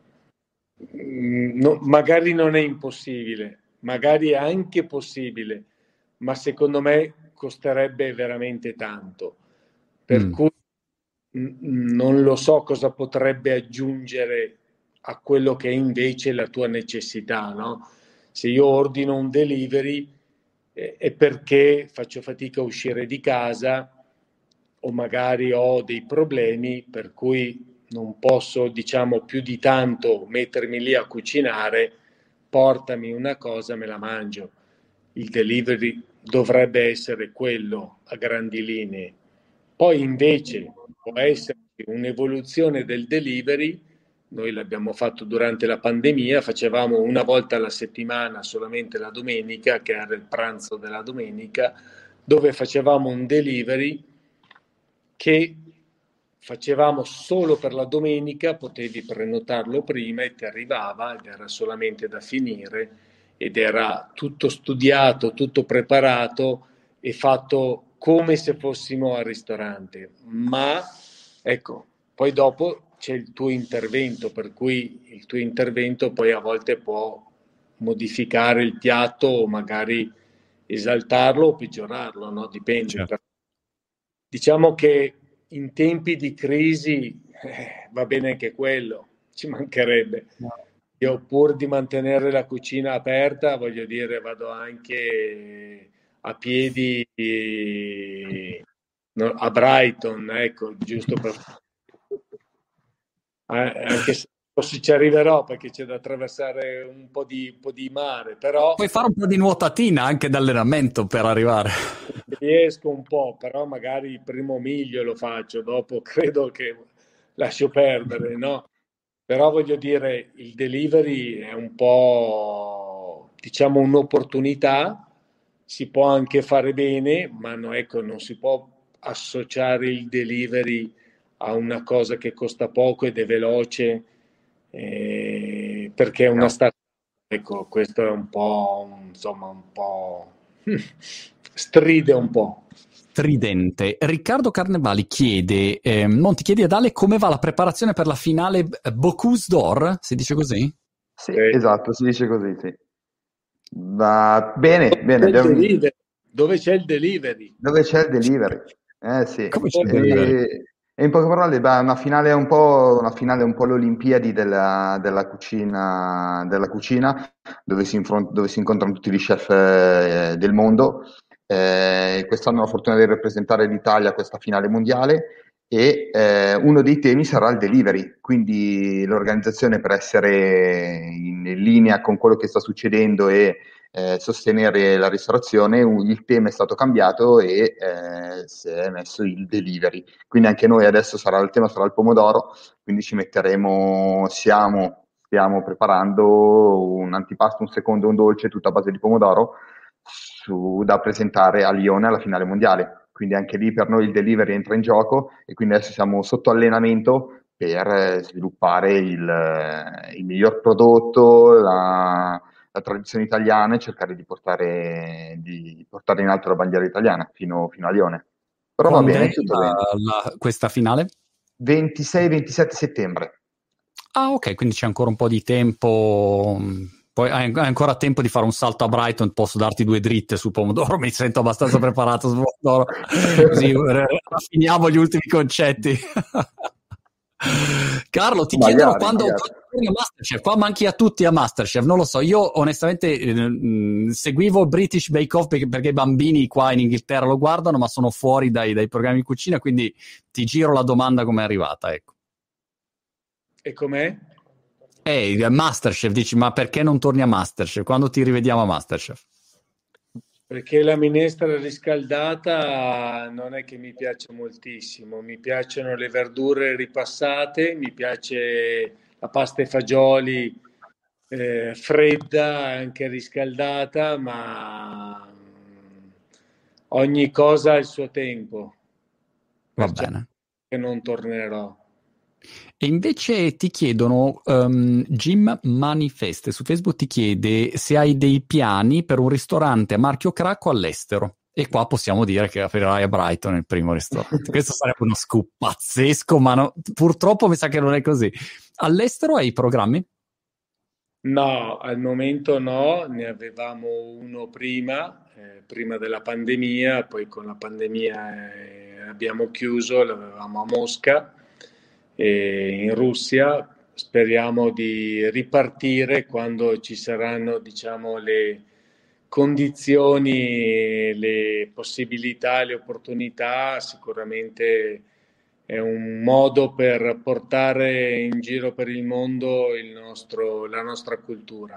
No, magari non è impossibile, magari è anche possibile, ma secondo me costerebbe veramente tanto. Per cui non lo so cosa potrebbe aggiungere a quello che è invece la tua necessità, no? Se io ordino un delivery è perché faccio fatica a uscire di casa o magari ho dei problemi per cui non posso, diciamo, più di tanto mettermi lì a cucinare, portami una cosa, me la mangio. Il delivery dovrebbe essere quello a grandi linee. Poi invece può essere un'evoluzione del delivery, noi l'abbiamo fatto durante la pandemia, facevamo una volta alla settimana solamente la domenica, che era il pranzo della domenica, dove facevamo un delivery che facevamo solo per la domenica, potevi prenotarlo prima e ti arrivava ed era solamente da finire ed era tutto studiato, tutto preparato e fatto come se fossimo al ristorante. Ma ecco, poi dopo c'è il tuo intervento, per cui il tuo intervento poi a volte può modificare il piatto o magari esaltarlo o peggiorarlo, no? Dipende. Certo. Diciamo che in tempi di crisi va bene anche quello, ci mancherebbe. Io pur di mantenere la cucina aperta, voglio dire, vado anche a piedi a Brighton, ecco, giusto per... anche se forse ci arriverò perché c'è da attraversare un po' di mare, però... Puoi fare un po' di nuotatina anche d'allenamento per arrivare. Riesco un po', però magari il primo miglio lo faccio, dopo credo che lascio perdere, no? Però voglio dire, il delivery è un po', diciamo, un'opportunità, si può anche fare bene, ma no, ecco, non si può associare il delivery a una cosa che costa poco ed è veloce perché è una startup. Ecco, questo è un po', insomma, un po' stride un po'. Stridente. Riccardo Carnevali chiede, Monti chiede ad Ale come va la preparazione per la finale Bocuse d'Or, si dice così? Sì, esatto, si dice così, sì. Va bene, bene. Dove c'è il delivery? Dove c'è il delivery? Sì. Come c'è il delivery? E in poche parole, una finale un po' l'Olimpiadi della cucina, dove si incontrano tutti gli chef del mondo. Quest'anno ho la fortuna di rappresentare l'Italia a questa finale mondiale e uno dei temi sarà il delivery, quindi l'organizzazione, per essere in linea con quello che sta succedendo e sostenere la ristorazione, il tema è stato cambiato e si è messo il delivery. Quindi anche noi adesso il tema sarà il pomodoro, quindi stiamo preparando un antipasto, un secondo e un dolce, tutto a base di pomodoro, da presentare a Lione alla finale mondiale. Quindi anche lì per noi il delivery entra in gioco e quindi adesso siamo sotto allenamento per sviluppare il miglior prodotto, la tradizione italiana e cercare di portare in alto la bandiera italiana fino a Lione. Però quando va bene, è tutto bene. questa finale? 26-27 settembre. Ah, ok, quindi c'è ancora un po' di tempo. Poi hai ancora tempo di fare un salto a Brighton. Posso darti 2 dritte sul pomodoro, mi sento abbastanza preparato sul pomodoro, così raffiniamo gli ultimi concetti. Carlo, ti chiedono quando torni a Masterchef. Qua manchi a tutti a Masterchef, non lo so. Io onestamente seguivo British Bake Off perché i bambini qua in Inghilterra lo guardano, ma sono fuori dai programmi di cucina, quindi ti giro la domanda come è arrivata, ecco. E com'è? Masterchef, dici, ma perché non torni a Masterchef? Quando ti rivediamo a Masterchef? Perché la minestra riscaldata non è che mi piace moltissimo, mi piacciono le verdure ripassate, mi piace la pasta e fagioli fredda, anche riscaldata, ma ogni cosa ha il suo tempo. Va bene. Che non tornerò. E invece ti chiedono, Jim Manifeste su Facebook ti chiede se hai dei piani per un ristorante a marchio Cracco all'estero. E qua possiamo dire che aprirai a Brighton il primo ristorante. Questo sarebbe uno scoop pazzesco, ma no, purtroppo mi sa che non è così. All'estero hai programmi? No, al momento no, ne avevamo uno prima della pandemia, poi con la pandemia abbiamo chiuso, l'avevamo a Mosca, in Russia. Speriamo di ripartire quando ci saranno, diciamo, le condizioni, le possibilità, le opportunità. Sicuramente è un modo per portare in giro per il mondo la nostra cultura.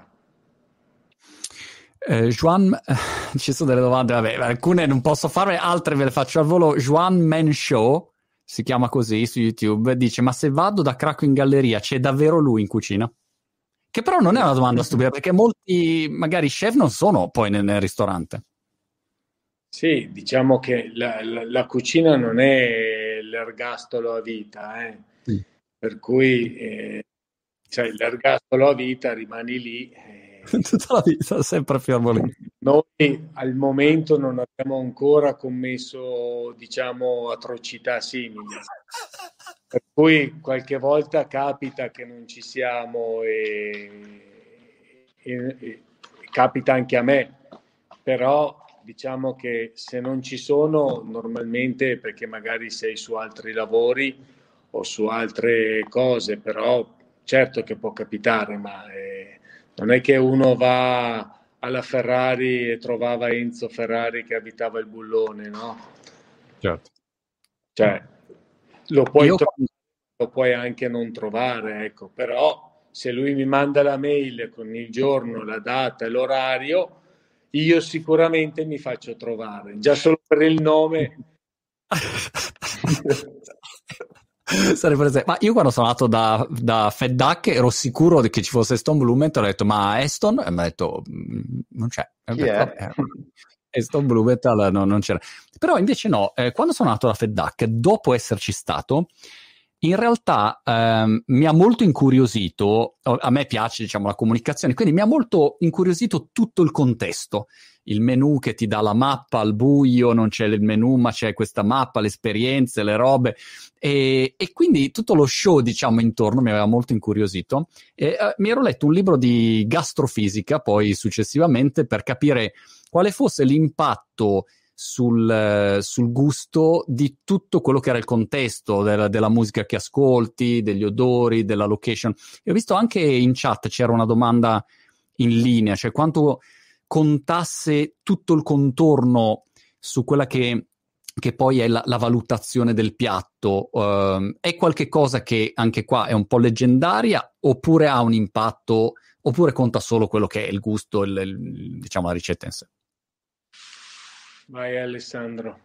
Juan, ci sono delle domande, vabbè, alcune non posso farle, altre ve le faccio al volo. Juan Men Show, si chiama così su YouTube, dice: ma se vado da Cracco in galleria c'è davvero lui in cucina? Che però non è una domanda stupida, perché molti magari chef non sono poi nel ristorante. Sì, diciamo che la cucina non è l'ergastolo a vita, per cui cioè, l'ergastolo a vita rimani lì. Tutta la vita, sempre fermo lì. Noi al momento non abbiamo ancora commesso, diciamo, atrocità simili. Per cui qualche volta capita che non ci siamo e capita anche a me, però diciamo che se non ci sono normalmente è perché magari sei su altri lavori o su altre cose, però certo che può capitare, ma non è che uno va alla Ferrari e trovava Enzo Ferrari che abitava il bullone, no? Certo. Cioè, lo puoi anche non trovare, ecco, però se lui mi manda la mail con il giorno, la data e l'orario, io sicuramente mi faccio trovare, già solo per il nome. Ma io quando sono andato da Fat Duck ero sicuro che ci fosse Aston Blumenthal, ho detto ma Aston? E mi ha detto non c'è. Aston Blumenthal non c'era. Però invece no, quando sono andato da Fat Duck, dopo esserci stato, in realtà mi ha molto incuriosito, a me piace diciamo la comunicazione, quindi mi ha molto incuriosito tutto il contesto, il menu che ti dà la mappa al buio, non c'è il menu ma c'è questa mappa, le esperienze, le robe e quindi tutto lo show diciamo intorno mi aveva molto incuriosito e mi ero letto un libro di gastrofisica poi successivamente per capire quale fosse l'impatto sul gusto di tutto quello che era il contesto della musica che ascolti, degli odori, della location. E ho visto anche in chat c'era una domanda in linea, cioè quanto contasse tutto il contorno su quella che poi è la valutazione del piatto. È qualche cosa che anche qua è un po' leggendaria oppure ha un impatto, oppure conta solo quello che è il gusto, diciamo la ricetta in sé? Vai Alessandro.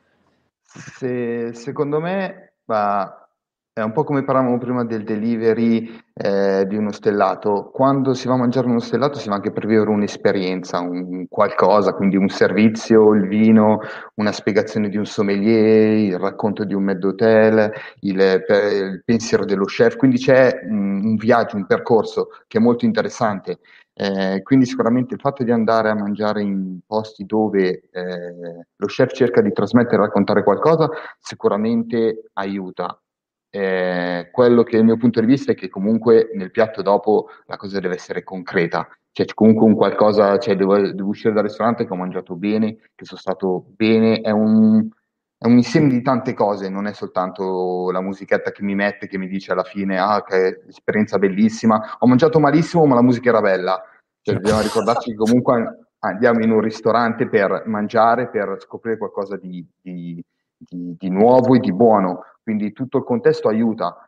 Secondo me è un po' come parlavamo prima del delivery di uno stellato. Quando si va a mangiare uno stellato si va anche per vivere un'esperienza, un qualcosa, quindi un servizio, il vino, una spiegazione di un sommelier, il racconto di un mezzo hotel, il pensiero dello chef. Quindi c'è un viaggio, un percorso che è molto interessante. Quindi sicuramente il fatto di andare a mangiare in posti dove lo chef cerca di trasmettere e raccontare qualcosa sicuramente aiuta. Quello che è il mio punto di vista è che comunque nel piatto dopo la cosa deve essere concreta, cioè c'è comunque un qualcosa, cioè devo uscire dal ristorante che ho mangiato bene, che sono stato bene, è un insieme di tante cose, non è soltanto la musichetta che mi mette, che mi dice alla fine, ah, che esperienza bellissima, ho mangiato malissimo, ma la musica era bella. Cioè, dobbiamo ricordarci che comunque andiamo in un ristorante per mangiare, per scoprire qualcosa di nuovo e di buono. Quindi tutto il contesto aiuta,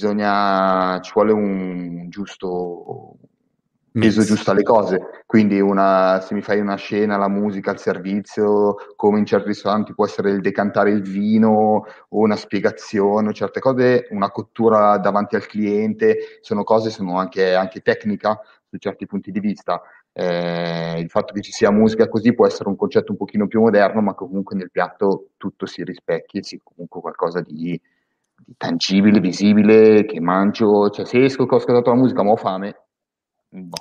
ci vuole un giusto peso Mix. giusto alle cose. Quindi se mi fai una scena, la musica, il servizio, come in certi ristoranti può essere il decantare il vino o una spiegazione, certe cose, una cottura davanti al cliente, sono anche tecnica su certi punti di vista. Il fatto che ci sia musica così può essere un concetto un pochino più moderno, ma comunque nel piatto tutto si rispecchia, sì, comunque qualcosa di tangibile, visibile, che mangio, cioè se esco che ho ascoltato la musica ma ho fame, boh,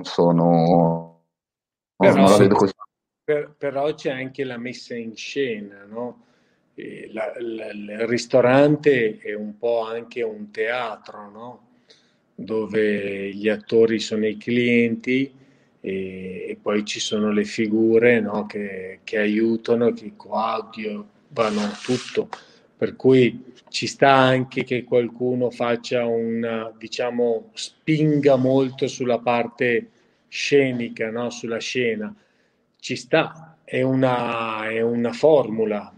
non la Però, vedo così. però c'è anche la messa in scena, no? Il ristorante è un po' anche un teatro, no? Dove gli attori sono i clienti e poi ci sono le figure, no? che aiutano, che coadiuvano tutto. Per cui ci sta anche che qualcuno faccia diciamo, spinga molto sulla parte scenica, no? Sulla scena. Ci sta, è una formula.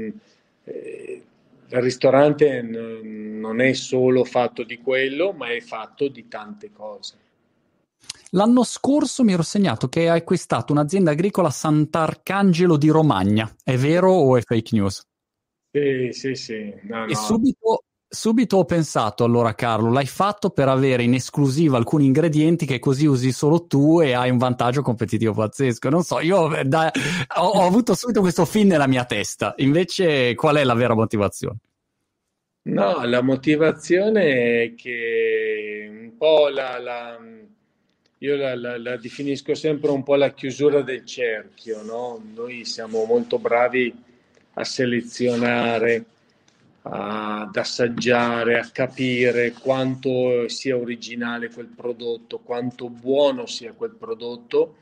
Il ristorante non è solo fatto di quello, ma è fatto di tante cose. L'anno scorso mi ero segnato che hai acquistato un'azienda agricola a Sant'Arcangelo di Romagna. È vero o è fake news? Sì, sì, sì. No, E no. subito ho pensato, allora Carlo, l'hai fatto per avere in esclusiva alcuni ingredienti che così usi solo tu e hai un vantaggio competitivo pazzesco. Non so, ho avuto subito questo film nella mia testa. Invece, qual è la vera motivazione? No, la motivazione è che un po' io la definisco sempre un po' la chiusura del cerchio, no? Noi siamo molto bravi a selezionare, ad assaggiare, a capire quanto sia originale quel prodotto, quanto buono sia quel prodotto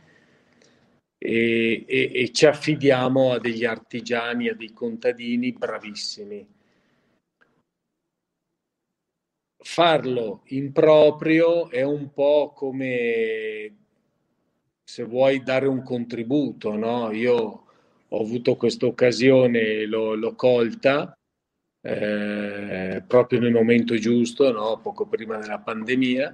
e ci affidiamo a degli artigiani, a dei contadini bravissimi. Farlo in proprio è un po' come se vuoi dare un contributo, no? Io ho avuto questa occasione, l'ho colta proprio nel momento giusto, no? Poco prima della pandemia,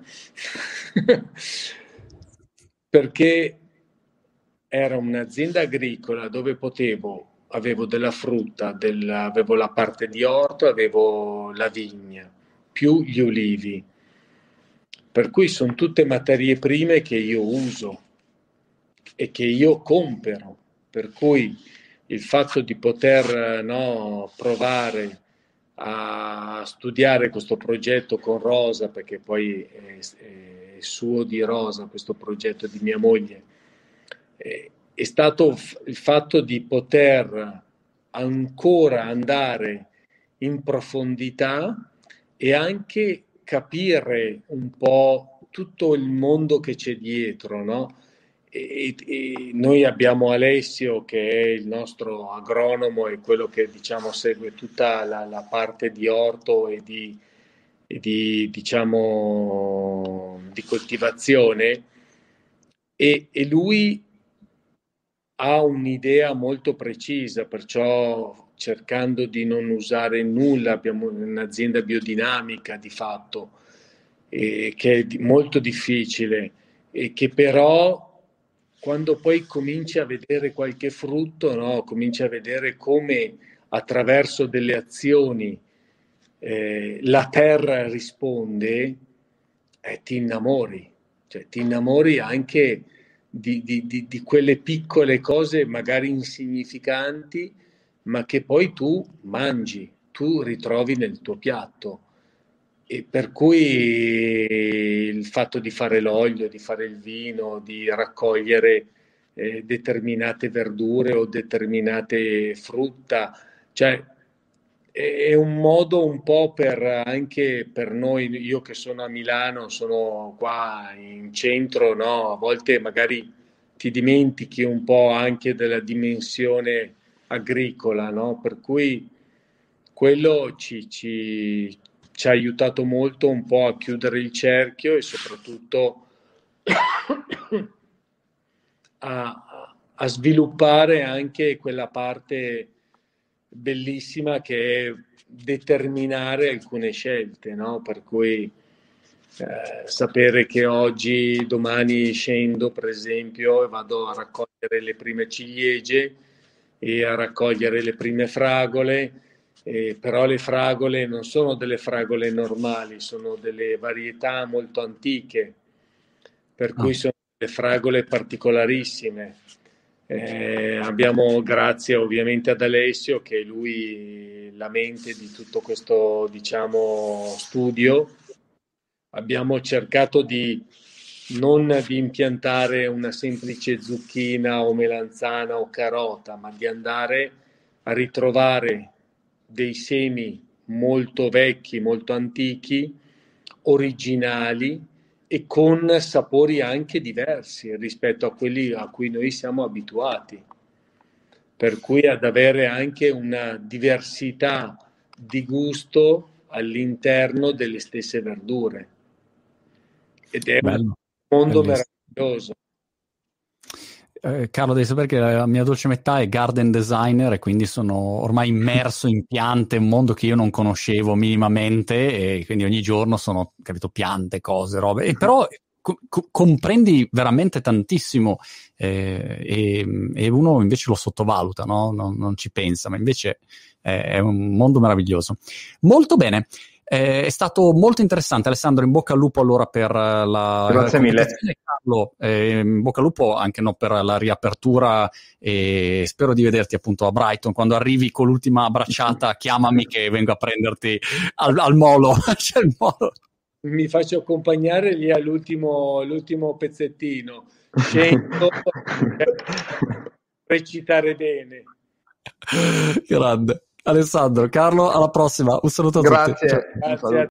perché era un'azienda agricola dove avevo della frutta, avevo la parte di orto, avevo la vigna, più gli olivi. Per cui sono tutte materie prime che io uso e che io compro. Per cui il fatto di poter no, provare a studiare questo progetto con Rosa, perché poi è suo di Rosa questo progetto di mia moglie, è stato il fatto di poter ancora andare in profondità e anche capire un po' tutto il mondo che c'è dietro, no? E noi abbiamo Alessio, che è il nostro agronomo e quello che diciamo segue tutta la parte di orto e diciamo di coltivazione, e lui ha un'idea molto precisa, perciò cercando di non usare nulla, abbiamo un'azienda biodinamica di fatto, che è molto difficile e che però quando poi cominci a vedere qualche frutto, no? Cominci a vedere come attraverso delle azioni la terra risponde, ti innamori, cioè ti innamori anche di quelle piccole cose magari insignificanti, ma che poi tu mangi, tu ritrovi nel tuo piatto. E per cui il fatto di fare l'olio, di fare il vino, di raccogliere determinate verdure o determinate frutta, cioè è un modo un po' per anche per noi, io che sono a Milano, sono qua in centro, no? A volte magari ti dimentichi un po' anche della dimensione agricola, no? Per cui quello ci ha aiutato molto un po' a chiudere il cerchio e soprattutto a sviluppare anche quella parte bellissima che è determinare alcune scelte, no? Per cui sapere che oggi, domani scendo per esempio e vado a raccogliere le prime ciliegie e a raccogliere le prime fragole, però le fragole non sono delle fragole normali, sono delle varietà molto antiche, per cui sono delle fragole particolarissime. Abbiamo, grazie ovviamente ad Alessio, che è lui la mente di tutto questo, diciamo, studio, abbiamo cercato di non di impiantare una semplice zucchina o melanzana o carota, ma di andare a ritrovare dei semi molto vecchi, molto antichi, originali e con sapori anche diversi rispetto a quelli a cui noi siamo abituati, per cui ad avere anche una diversità di gusto all'interno delle stesse verdure. Ed è un mondo meraviglioso. Carlo, devi sapere che la mia dolce metà è garden designer e quindi sono ormai immerso in piante, un mondo che io non conoscevo minimamente, e quindi ogni giorno sono, capito, piante, cose, robe, e però comprendi veramente tantissimo, e uno invece lo sottovaluta, no? Non ci pensa, ma invece è un mondo meraviglioso. Molto bene. È stato molto interessante, Alessandro. In bocca al lupo allora per la Grazie mille. Carlo, in bocca al lupo anche no, per la riapertura, e spero di vederti appunto a Brighton. Quando arrivi con l'ultima bracciata chiamami che vengo a prenderti al molo. C'è il molo. Mi faccio accompagnare lì all'ultimo pezzettino, scendo recitare bene. Grande Alessandro, Carlo, alla prossima, un saluto a tutti. Grazie. Grazie a